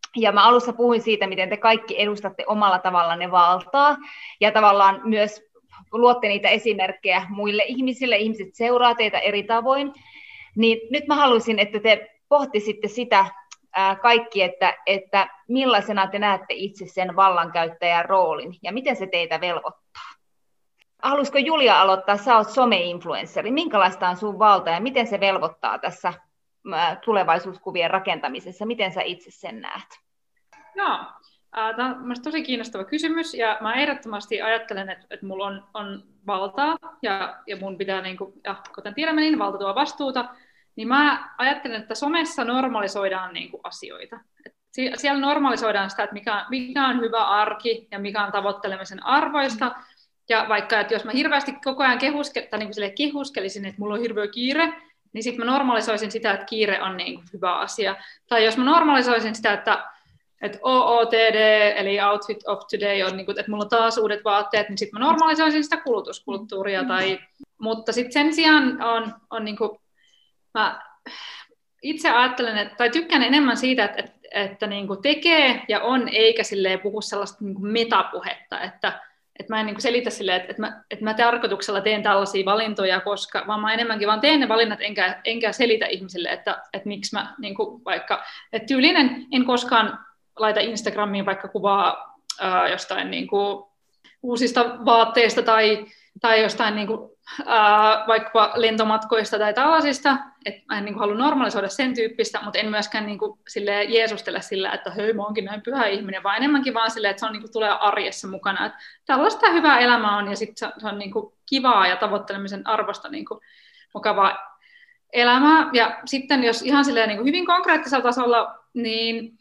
Ja mä alussa puhuin siitä, miten te kaikki edustatte omalla tavallanne valtaa ja tavallaan myös luotte niitä esimerkkejä muille ihmisille, ihmiset seuraa teitä eri tavoin. Niin nyt mä haluaisin, että te pohtisitte sitä ää, kaikki, että, että millaisena te näette itse sen vallankäyttäjän roolin ja miten se teitä velvoittaa. Haluaisiko Julia aloittaa? Sä oot some-influenssari. Minkälaista on sun valta ja miten se velvoittaa tässä tulevaisuuskuvien rakentamisessa? Miten sä itse sen näet? Joo, tämä on tosi kiinnostava kysymys ja mä ehdottomasti ajattelen, että, että mulla on, on valtaa ja, ja mun pitää, niin kuin, ja kuten tiedämme, niin valta tuo vastuuta, niin mä ajattelen, että somessa normalisoidaan niin kuin asioita. Et siellä normalisoidaan sitä, että mikä, mikä on hyvä arki ja mikä on tavoittelemisen arvoista. Ja vaikka, että jos mä hirveästi koko ajan kehuske, tai niin kuin kehuskelisin, että mulla on hirveä kiire, niin sitten mä normalisoisin sitä, että kiire on niin kuin hyvä asia. Tai jos mä normalisoisin sitä, että, että O O T D, eli Outfit of Today, on, niin kuin, että mulla on taas uudet vaatteet, niin sitten mä normalisoisin sitä kulutuskulttuuria. Tai, mutta sitten sen sijaan on, on niin kuin, mä itse ajattelen, että, tai tykkään enemmän siitä, että, että, että niin kuin tekee ja on, eikä silleen puhu sellaista niin kuin metapuhetta, että että mä en niin selitä silleen, että, että, mä, että mä tarkoituksella teen tällaisia valintoja, koska vaan mä enemmänkin vaan teen ne valinnat, enkä, enkä selitä ihmisille, että, että miksi mä niin vaikka, että tyylinen en koskaan laita Instagramiin vaikka kuvaa ää, jostain niin kuin uusista vaatteista tai, tai jostain niin kuin, ää, vaikka lentomatkoista tai tällaisista, että mä en niin kuin halua normalisoida sen tyyppistä, mutta en myöskään niin kuin silleen jeesustella sillä, että hei, mä oonkin näin pyhä ihminen, vaan enemmänkin vaan silleen, että se on, niin kuin, tulee arjessa mukana, että tällaista hyvää elämää on ja sitten se, se on niin kuin kivaa ja tavoittelemisen arvosta niin kuin mukavaa elämää. Ja sitten jos ihan silleen niin kuin hyvin konkreettisella tasolla, niin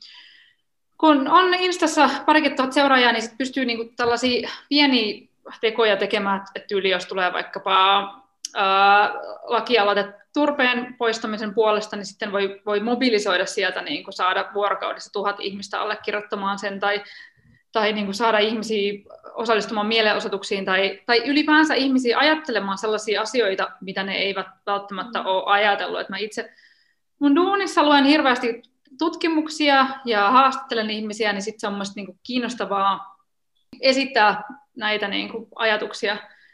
kun on Instassa parikin tuhat seuraajaa, niin sit pystyy niin kuin tällaisia pieniä tekoja tekemään, että tyyli jos tulee vaikkapa ää, lakialoite turpeen poistamisen puolesta, niin sitten voi, voi mobilisoida sieltä, niin kuin saada vuorokaudessa tuhat ihmistä allekirjoittamaan sen, tai, tai niin kuin saada ihmisiä osallistumaan mielenosoituksiin, tai, tai ylipäänsä ihmisiä ajattelemaan sellaisia asioita, mitä ne eivät välttämättä ole ajatellut. Et mä itse mun duunissa luen hirveästi tutkimuksia ja haastattelen ihmisiä, niin sitten se on mielestäni niin kuin kiinnostavaa esittää näitä niin kuin ajatuksia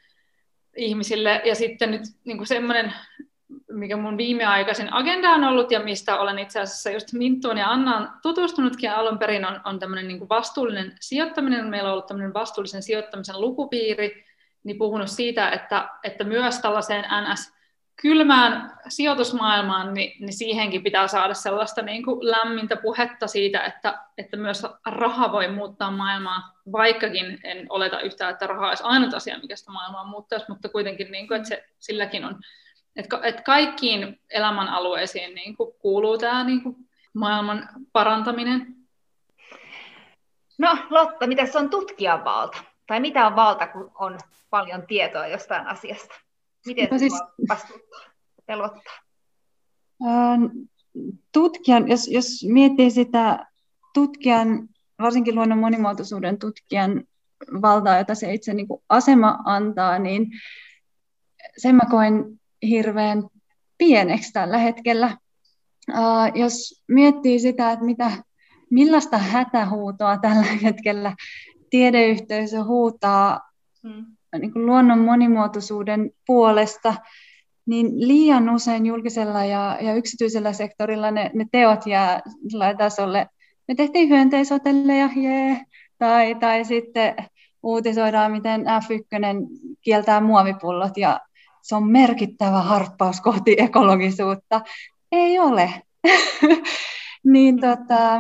ihmisille. Ja sitten nyt niin kuin semmoinen, mikä mun viimeaikaisen agenda on ollut ja mistä olen itse asiassa just Minttuun ja Annaan tutustunutkin alun perin, on, on tämmöinen niin kuin vastuullinen sijoittaminen. Meillä on ollut tämmöinen vastuullisen sijoittamisen lukupiiri, niin puhunut siitä, että, että myös tällaiseen N S kylmään sijoitusmaailmaan, niin, niin siihenkin pitää saada sellaista niin kuin lämmintä puhetta siitä, että, että myös raha voi muuttaa maailmaa, vaikkakin en oleta yhtään, että raha olisi ainut asia, mikä sitä maailmaa muuttaisi, mutta kuitenkin, niin kuin, että se, silläkin on, että, että kaikkiin elämän alueisiin niin kuin kuuluu tämä niin kuin maailman parantaminen. No Lotta, mitä se on tutkijan valta? Tai mitä on valta, kun on paljon tietoa jostain asiasta? Miten no siis, vastuuttaa, velvoittaa? Tutkijan, jos, jos miettii sitä tutkijan, varsinkin luonnon monimuotoisuuden tutkijan valtaa, jota se itse niin kuin asema antaa, niin sen mä koen hirveän pieneksi tällä hetkellä. Jos miettii sitä, että mitä, millaista hätähuutoa tällä hetkellä tiedeyhteisö huutaa, hmm. niin kuin luonnon monimuotoisuuden puolesta, niin liian usein julkisella ja, ja yksityisellä sektorilla ne, ne teot jää tasolle. Me tehtiin hyönteisotelleja, jee, tai, tai sitten uutisoidaan, miten F yksi kieltää muovipullot, ja se on merkittävä harppaus kohti ekologisuutta. Ei ole. niin tota,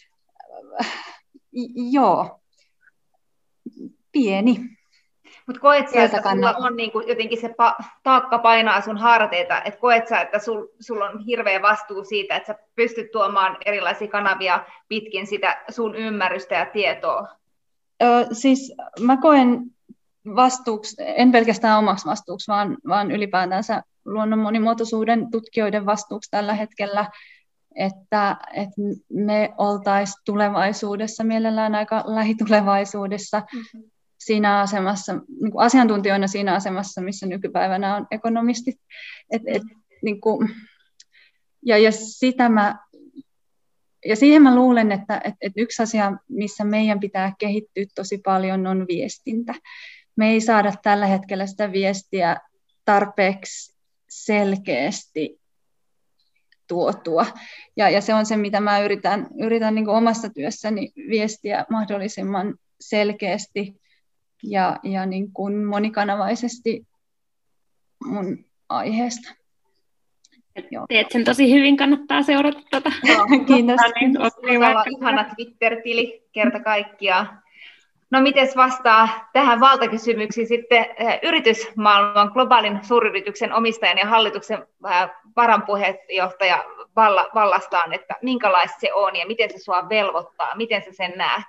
joo, pieni. Mutta koet sä, että sulla on niinku jotenkin se pa- taakka painaa sun harteita, että koet sä, että sul, sulla on hirveä vastuu siitä, että sä pystyt tuomaan erilaisia kanavia pitkin sitä sun ymmärrystä ja tietoa? Ö, siis mä koen vastuuksi, en pelkästään omaksi vastuuksi, vaan, vaan ylipäätänsä luonnon monimuotoisuuden tutkijoiden vastuuksi tällä hetkellä, että, että me oltaisiin tulevaisuudessa, mielellään aika lähitulevaisuudessa, mm-hmm. siinä asemassa, niin kuin asiantuntijoina siinä asemassa, missä nykypäivänä on ekonomistit. Et, et, niin kuin, ja, ja sitä mä ja siihen mä luulen, että, että, että yksi asia, missä meidän pitää kehittyä tosi paljon, on viestintä. Me ei saada tällä hetkellä sitä viestiä tarpeeksi selkeästi tuotua. Ja, ja se on se, mitä mä yritän, yritän niin kuin omassa työssäni viestiä mahdollisimman selkeästi ja, ja niin kuin monikanavaisesti mun aiheesta. Teet sen tosi hyvin, kannattaa seurata tätä. Kiitos. Ihana Twitter-tili kerta kaikkiaan. No miten vastaa tähän valtakysymyksiin sitten yritysmaailman globaalin suuryrityksen omistajan ja hallituksen varanpuheenjohtaja vallastaan, että minkälaista se on ja miten se sua velvoittaa, miten sä sen näet?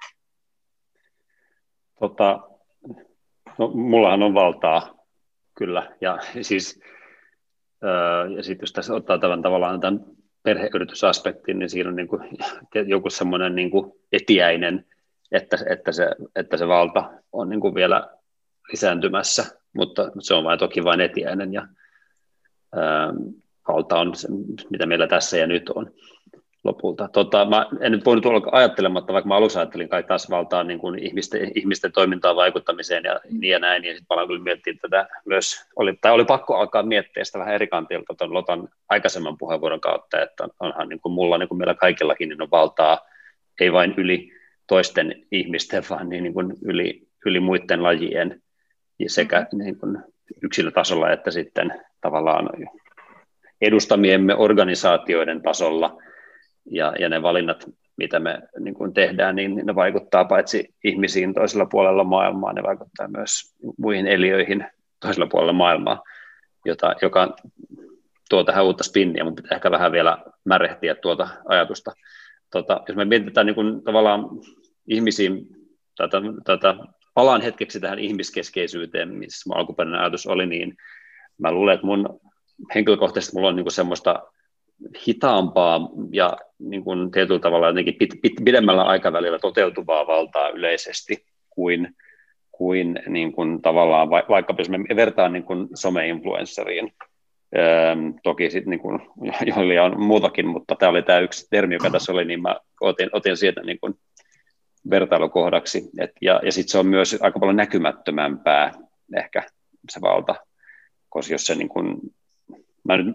Tota, no, mullahan on valtaa, kyllä. Ja siis ja sitten jos tässä ottaa tämän tavallaan tämän perheyritysaspektin, niin siinä on niin kuin joku semmoinen niin kuin etiäinen, että, että, se, että se valta on niin kuin vielä lisääntymässä, mutta se on vain toki vain etiäinen ja ää, valta on se, mitä meillä tässä ja nyt on lopulta. Tota, mä en nyt voinut olla ajattelematta, vaikka mä alussa ajattelin kai taas valtaa niin kuin ihmisten, ihmisten toimintaan vaikuttamiseen ja niin ja näin, ja sitten palaan kyllä miettimään tätä myös, oli, tai oli pakko alkaa miettiä sitä vähän eri kantilta tuon Lotan aikaisemman puheenvuoron kautta, että onhan niin kuin mulla, niin kuin meillä kaikillakin, niin on valtaa, ei vain yli toisten ihmisten, vaan niin kuin yli, yli muiden lajien, sekä niin kuin yksilötasolla että sitten tavallaan edustamiemme organisaatioiden tasolla. Ja, ja ne valinnat, mitä me niin kuin tehdään, niin ne vaikuttaa paitsi ihmisiin toisella puolella maailmaa, ne vaikuttaa myös muihin eliöihin toisella puolella maailmaa, jota, joka tuo tähän uutta spinniä, mutta pitää ehkä vähän vielä märehtiä tuota ajatusta. Tota, jos me mietitään niin kuin tavallaan ihmisiin, tätä, tätä, palaan hetkeksi tähän ihmiskeskeisyyteen, missä mun alkuperäinen ajatus oli, niin mä luulen, että mun henkilökohtaisesti mulla on niin kuin semmoista hitaampaa ja niin kuin tietyllä tavalla jotenkin pit, pit, pidemmällä aikavälillä toteutuvaa valtaa yleisesti kuin, kuin, niin kuin tavallaan, vaikka jos me vertaan niin kuin some-influenceriin, öö, toki sitten niin kuin, joilla on muutakin, mutta tämä oli tämä yksi termi, joka tässä oli, niin mä otin, otin sieltä niin kuin vertailukohdaksi, Et, ja, ja sitten se on myös aika paljon näkymättömämpää ehkä se valta, koska jos se niin kuin, mä nyt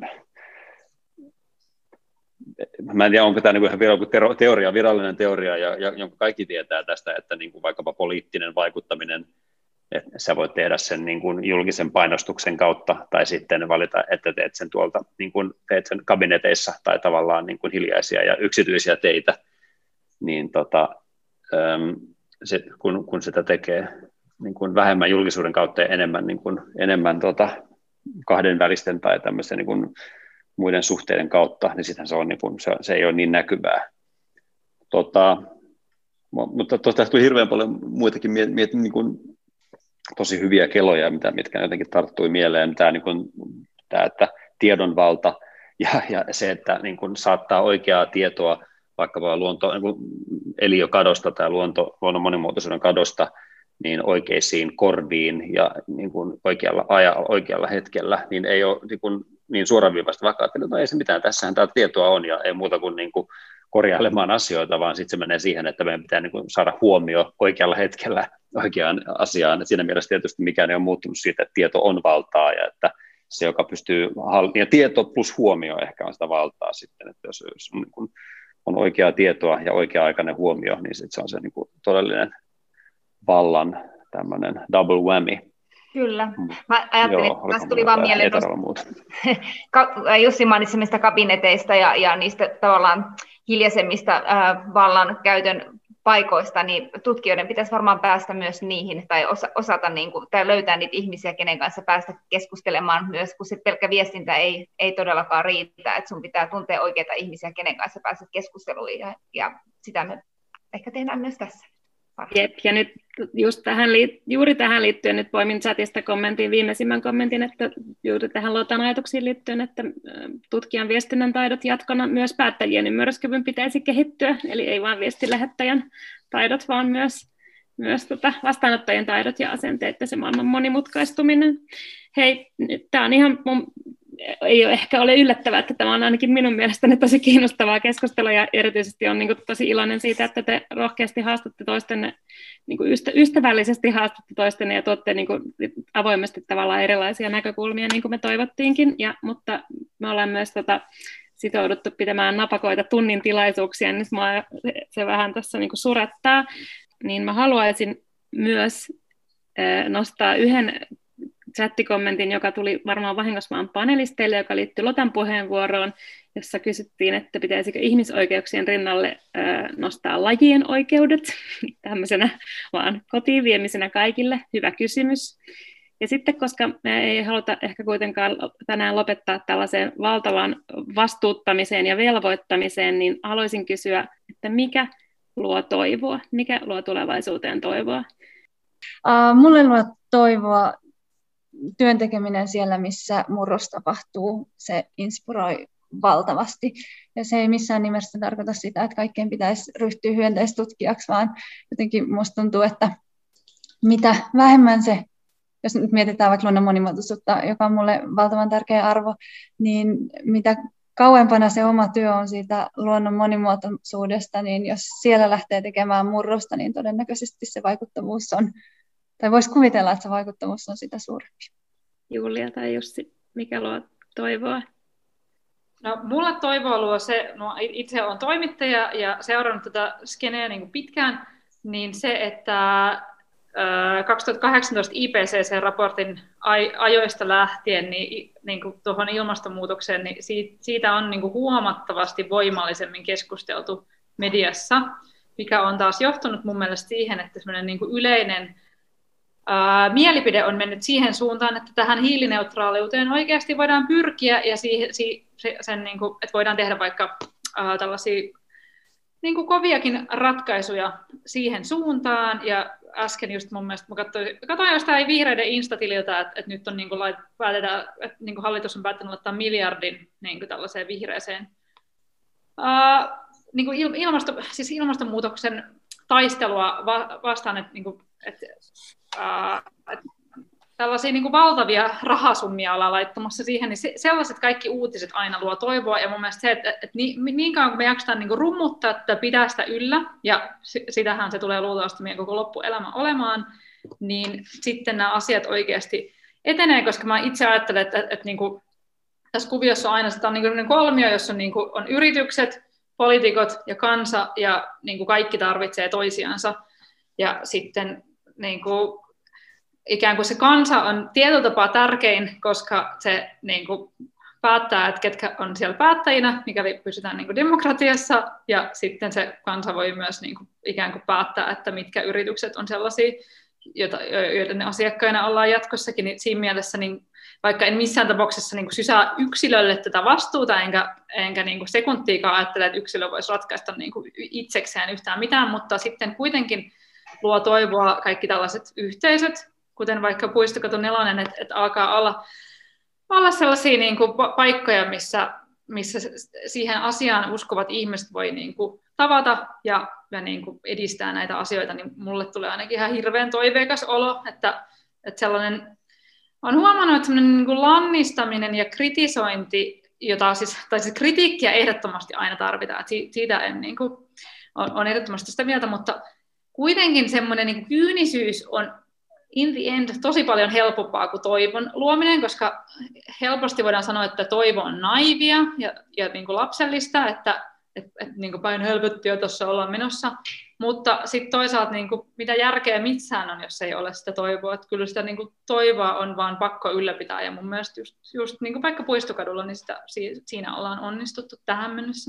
Mä en tiedä, onko tämä niin joku teoria, virallinen teoria, ja, ja, jonka kaikki tietää tästä, että niin kuin vaikkapa poliittinen vaikuttaminen, että sä voit tehdä sen niin kuin julkisen painostuksen kautta, tai sitten valita, että teet sen tuolta, niin kuin teet sen kabineteissa, tai tavallaan niin kuin hiljaisia ja yksityisiä teitä, niin tota, se, kun, kun sitä tekee niin kuin vähemmän julkisuuden kautta ja enemmän, niin kuin, enemmän tota, kahdenvälisten tai tämmöisen niin kuin muiden suhteiden kautta, niin sitten se, on, niin kun, se, se ei ole niin näkyvää. Tota, mutta tuosta tuli hirveän paljon muitakin miet, miet, niin kun, tosi hyviä keloja, mitä, mitkä jotenkin tarttui mieleen. Tämä, niin kun, tämä että tiedonvalta ja, ja se, että niin kun, saattaa oikeaa tietoa vaikkapa luonto, niin kun, eliökadosta tai luonto, luonnon monimuotoisuuden kadosta niin oikeisiin korviin ja niin kun, oikealla ajalla, oikealla hetkellä, niin ei ole niin kun, niin suoraviivaista, vaikka että no ei se mitään, tässähän tämä tietoa on ja ei muuta kuin, niin kuin korjailemaan asioita, vaan sitten se menee siihen, että meidän pitää niin kuin saada huomio oikealla hetkellä oikeaan asiaan. Et siinä mielessä tietysti mikään ei ole muuttunut siitä, että tieto on valtaa ja että se, joka pystyy, ja tieto plus huomio ehkä on sitä valtaa sitten, että jos, jos on, niin kuin, on oikeaa tietoa ja oikea-aikainen huomio, niin sitten se on se niin kuin todellinen vallan tämmöinen double whammy. Kyllä. Mä ajattelin, Joo, että tässä tuli vaan mieleen Jussi mainitsemista kabineteista ja, ja niistä tavallaan hiljaisemmista äh, vallan käytön paikoista, niin tutkijoiden pitäisi varmaan päästä myös niihin tai osa, osata niin kuin, tai löytää niitä ihmisiä, kenen kanssa päästä keskustelemaan myös, kun se pelkkä viestintä ei, ei todellakaan riitä, että sun pitää tuntea oikeita ihmisiä, kenen kanssa pääset keskusteluun ja, ja sitä me ehkä tehdään myös tässä. Jep, ja nyt just tähän, juuri tähän liittyen nyt poimin chatista kommentin, viimeisimmän kommentin, että juuri tähän Lotan ajatuksiin liittyen, että tutkijan viestinnän taidot jatkona myös päättäjien ymmärryskyvyn pitäisi kehittyä, eli ei vain viestilähettäjän taidot, vaan myös, myös tota vastaanottajien taidot ja asenteet ja se maailman monimutkaistuminen. Hei, tämä on ihan mun ei ole ehkä ole yllättävää, että tämä on ainakin minun mielestäni tosi kiinnostavaa keskustelua, ja erityisesti on niin kuin tosi iloinen siitä, että te rohkeasti haastatte toistenne, niin kuin ystä, ystävällisesti haastatte toistenne ja tuotte niin kuin avoimesti tavallaan erilaisia näkökulmia, niin kuin me toivottiinkin, ja, mutta me ollaan myös tota, sitouduttu pitämään napakoita tunnin tilaisuuksia, niin mua se vähän tässä niin kuin surettaa, niin mä haluaisin myös äh, nostaa yhden chattikommentin, joka tuli varmaan vahingossa vaan panelisteille, joka liittyy Lotan puheenvuoroon, jossa kysyttiin, että pitäisikö ihmisoikeuksien rinnalle äh, nostaa lajien oikeudet, tämmöisenä vaan kotiin viemisenä kaikille, hyvä kysymys. Ja sitten, koska me ei haluta ehkä kuitenkaan tänään lopettaa tällaiseen valtavan vastuuttamiseen ja velvoittamiseen, niin haluaisin kysyä, että mikä luo toivoa, mikä luo tulevaisuuteen toivoa? Uh, mulle luo toivoa työn tekeminen siellä, missä murros tapahtuu, se inspiroi valtavasti. Ja se ei missään nimessä tarkoita sitä, että kaikkien pitäisi ryhtyä hyönteistutkijaksi, vaan jotenkin musta tuntuu, että mitä vähemmän se, jos nyt mietitään vaikka luonnon monimuotoisuutta, joka on mulle valtavan tärkeä arvo, niin mitä kauempana se oma työ on siitä luonnon monimuotoisuudesta, niin jos siellä lähtee tekemään murrosta, niin todennäköisesti se vaikuttavuus on, tai voisi kuvitella, että se vaikuttavuus on sitä suurempi. Julia tai Jussi, mikä luo toivoa? No, mulla toivoa luo se, no, itse olen toimittaja ja seurannut tätä skeneä niin kuin pitkään, niin se, että kaksituhattakahdeksantoista I P C C-raportin ajoista lähtien niin, niin kuin tuohon ilmastonmuutokseen, niin siitä on niin kuin huomattavasti voimallisemmin keskusteltu mediassa, mikä on taas johtunut mun mielestä siihen, että semmoinen niin kuin yleinen ää, mielipide on mennyt siihen suuntaan, että tähän hiilineutraaliuteen oikeasti voidaan pyrkiä ja siihen, si, sen, niin kuin, että voidaan tehdä vaikka ää, tällaisia niin kuin koviakin ratkaisuja siihen suuntaan, ja äsken just mun mielestä mä katsoin, katsoin jostain vihreiden instatililtä, että, että nyt on niin kuin lait, päätetään, että niin kuin hallitus on päättänyt laittaa miljardin niin kuin tällaiseen vihreäseen uh, niin kuin ilmasto, siis ilmastonmuutoksen taistelua va, vastaan, että, niin kuin, että, uh, että tällaisia niin kuin valtavia rahasummia ollaan laittamassa siihen, niin se, sellaiset kaikki uutiset aina luo toivoa, ja mun mielestä se, että, että niin, niin kauan kun me jaksetaan niin kuin rummuttaa, että pitää sitä yllä, ja sitähän se tulee luultavasti meidän koko loppuelämä olemaan, niin sitten nämä asiat oikeasti etenee, koska mä itse ajattelen, että, että, että niin kuin, tässä kuviossa on aina sitä on niin kuin kolmio, jossa on, niin kuin, on yritykset, poliitikot ja kansa, ja niin kuin kaikki tarvitsee toisiansa, ja sitten niin kuin, ikään kuin se kansa on tietyllä tapaa tärkein, koska se niin kuin, päättää, että ketkä on siellä päättäjinä, mikäli pysytään niin kuin demokratiassa, ja sitten se kansa voi myös niin kuin, ikään kuin päättää, että mitkä yritykset on sellaisia, joita, joiden asiakkaina ollaan jatkossakin, niin siinä mielessä, niin, vaikka en missään tapauksessa niin kuin, sysää yksilölle tätä vastuuta, enkä, enkä niin kuin sekuntiikaan ajattele, että yksilö voisi ratkaista niin kuin, itsekseen yhtään mitään, mutta sitten kuitenkin luo toivoa kaikki tällaiset yhteisöt, kuten vaikka Puistokato nelonen, että, että alkaa olla, olla sellaisia niin kuin paikkoja, missä, missä siihen asiaan uskovat ihmiset voi niin kuin tavata ja, ja niin kuin edistää näitä asioita, niin mulle tulee ainakin ihan hirveän toiveikas olo, että, että sellainen, olen huomannut, että sellainen niin kuin lannistaminen ja kritisointi, jota siis, tai siis kritiikkiä ehdottomasti aina tarvitaan, että siitä en niin kuin, on, on ehdottomasti sitä mieltä, mutta kuitenkin semmoinen niin kuin kyynisyys on in the end tosi paljon helpompaa kuin toivon luominen, koska helposti voidaan sanoa, että toivo on naivia ja, ja niin kuin lapsellista, että et, et, niin kuin päin helvettiä tuossa ollaan menossa, mutta sitten toisaalta niin kuin, mitä järkeä missään on, jos ei ole sitä toivoa, että kyllä sitä niin kuin, toivoa on vaan pakko ylläpitää, ja mun mielestä just, just niin kuin vaikka Puistokadulla, niin sitä, siinä ollaan onnistuttu tähän mennessä.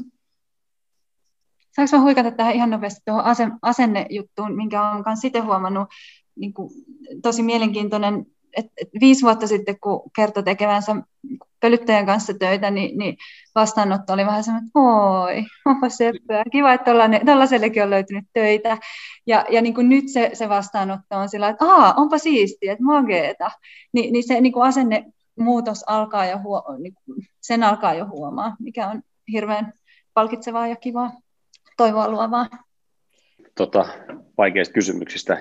Saanko mä huikata tähän ihan nopeasti tuohon asennejuttuun, minkä olen myös itse huomannut, niin kuin, tosi mielenkiintoinen, että et viisi vuotta sitten, kun kertoi tekevänsä pölyttäjän kanssa töitä, niin, niin vastaanotto oli vähän semmoinen, että oi, onpa seppöä, kiva, että tällaisellekin on löytynyt töitä. Ja, ja niin kuin nyt se, se vastaanotto on sillä, että aa, onpa siistiä, että mageeta. Ni, niin se niin kuin asennemuutos alkaa jo, huo, niin sen alkaa jo huomaa, mikä on hirveän palkitsevaa ja kivaa, toivoa luovaa. Tota, vaikeista kysymyksistä.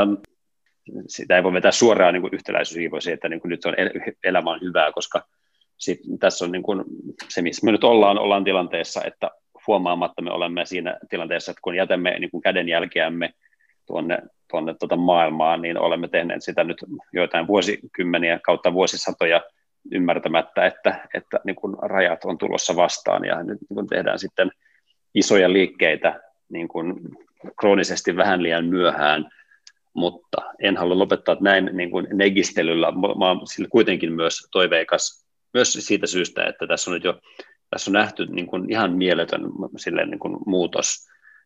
Sitä ei voi vetää suoraan niin kuin yhtäläisyysviivoisiin, että niin kuin nyt on elämä on hyvää, koska sitten tässä on niin kuin se, missä me nyt ollaan, ollaan tilanteessa, että huomaamatta me olemme siinä tilanteessa, että kun jätämme niin kuin kädenjälkeämme tuonne, tuonne tuota maailmaan, niin olemme tehneet sitä nyt joitain vuosikymmeniä kautta vuosisatoja ymmärtämättä, että, että niin kuin rajat on tulossa vastaan ja nyt niin kuin tehdään sitten isoja liikkeitä niin kuin kroonisesti vähän liian myöhään, mutta en halua lopettaa näin niin kuin negistelyllä. Mä olen sillä kuitenkin myös toiveikas myös siitä syystä, että tässä on nyt jo tässä on nähty niin kuin ihan mieletön silleen, niin kuin muutos.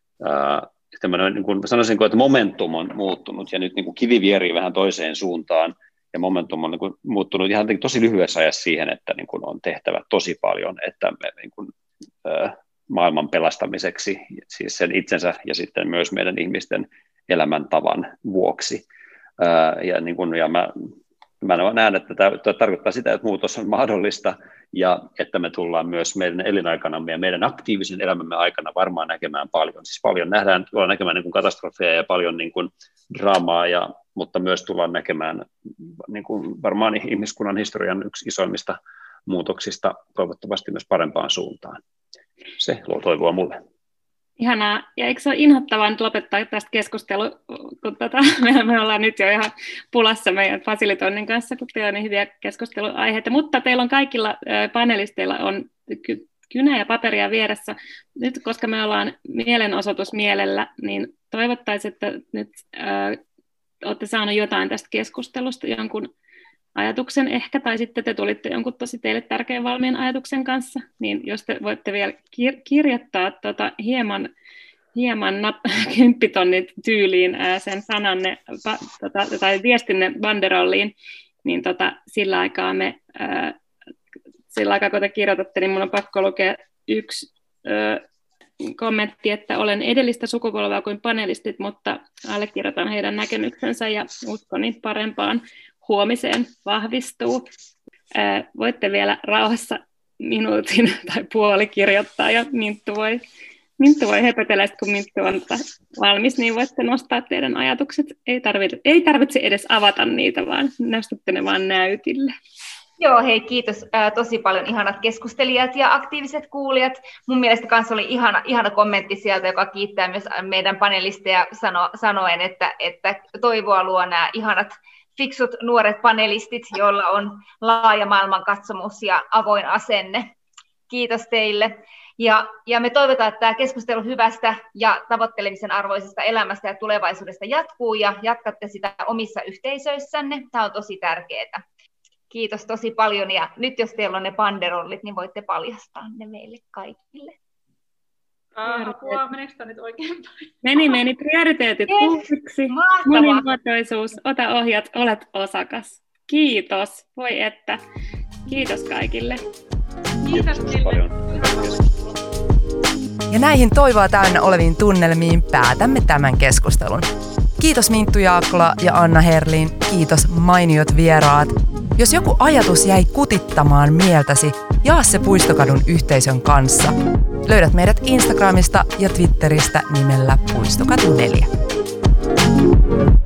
Ää, niin kuin sanoisin, että momentum on muuttunut ja nyt niin kuin kivi vierii vähän toiseen suuntaan ja momentum on niin kuin muuttunut ihan tosi lyhyessä ajassa siihen, että niin kuin on tehtävä tosi paljon, että me, niin kuin, ää, maailman pelastamiseksi, siis sen itsensä ja sitten myös meidän ihmisten elämäntavan vuoksi. Ää, ja, niin kuin, ja mä, mä näen, että tämä tarkoittaa sitä, että muutos on mahdollista ja että me tullaan myös meidän elinaikanamme ja meidän aktiivisen elämämme aikana varmaan näkemään paljon. Siis paljon nähdään, tullaan näkemään niin kuin katastrofeja ja paljon niin kuin draamaa, ja, mutta myös tullaan näkemään niin kuin varmaan ihmiskunnan historian yksi isoimmista muutoksista toivottavasti myös parempaan suuntaan. Se luo toivoa mulle. Ihanaa. Ja eikö se ole inhottavaa nyt lopettaa tästä keskustelua, kun tota, me, me ollaan nyt jo ihan pulassa meidän fasilitoinnin kanssa, kun teillä on niin hyviä keskusteluaiheita. Mutta teillä on kaikilla panelisteilla on ky- kynä ja paperia vieressä. Nyt, koska me ollaan mielenosoitus mielellä, niin toivottaisin, että nyt äh, olette saaneet jotain tästä keskustelusta, jonkun ajatuksen ehkä, tai sitten te tulitte jonkun tosi teille tärkeän valmiin ajatuksen kanssa, niin jos te voitte vielä kir- kirjoittaa tota hieman, hieman nap- kymppitonnin tyyliin ää, sen sananne pa- tota, tai viestinne banderolliin, niin tota, sillä aikaa me, ää, sillä aikaa kun te kirjoitatte, niin minun on pakko lukea yksi ää, kommentti, että olen edellistä sukupolvea kuin panelistit, mutta allekirjoitan heidän näkemyksensä ja uskoni parempaan huomiseen vahvistuu. Ää, voitte vielä rauhassa minuutin tai puoli kirjoittaa ja Minttu voi, Minttu voi höpötellä, kun Minttu on valmis, niin voitte nostaa teidän ajatukset. Ei tarvitse, ei tarvitse edes avata niitä, vaan nostatte ne vaan näytille. Joo, hei, kiitos ää, tosi paljon ihanat keskustelijat ja aktiiviset kuulijat. Mun mielestä kanssa oli ihana, ihana kommentti sieltä, joka kiittää myös meidän panelisteja sano, sanoen, että, että toivoa luo nämä ihanat fiksut nuoret panelistit, joilla on laaja maailmankatsomus ja avoin asenne. Kiitos teille. Ja, ja me toivotaan, että tämä keskustelu hyvästä ja tavoittelemisen arvoisesta elämästä ja tulevaisuudesta jatkuu ja jatkatte sitä omissa yhteisöissänne. Tämä on tosi tärkeää. Kiitos tosi paljon ja nyt jos teillä on ne banderollit, niin voitte paljastaa ne meille kaikille. Apua, meneekö tämä nyt oikein päin? Meni, meni. Prioriteetit Yes, uusiksi. mahtavaa. Monimuotoisuus, ota ohjat, olet osakas. Kiitos. Voi että. Kiitos kaikille. Kiitos paljon. Ja näihin toivoa täynnä oleviin tunnelmiin päätämme tämän keskustelun. Kiitos Minttu Jaakkola ja Anna Herlin. Kiitos mainiot vieraat. Jos joku ajatus jäi kutittamaan mieltäsi, jaa se Puistokadun yhteisön kanssa. Löydät meidät Instagramista ja Twitteristä nimellä Puistokatu neljä.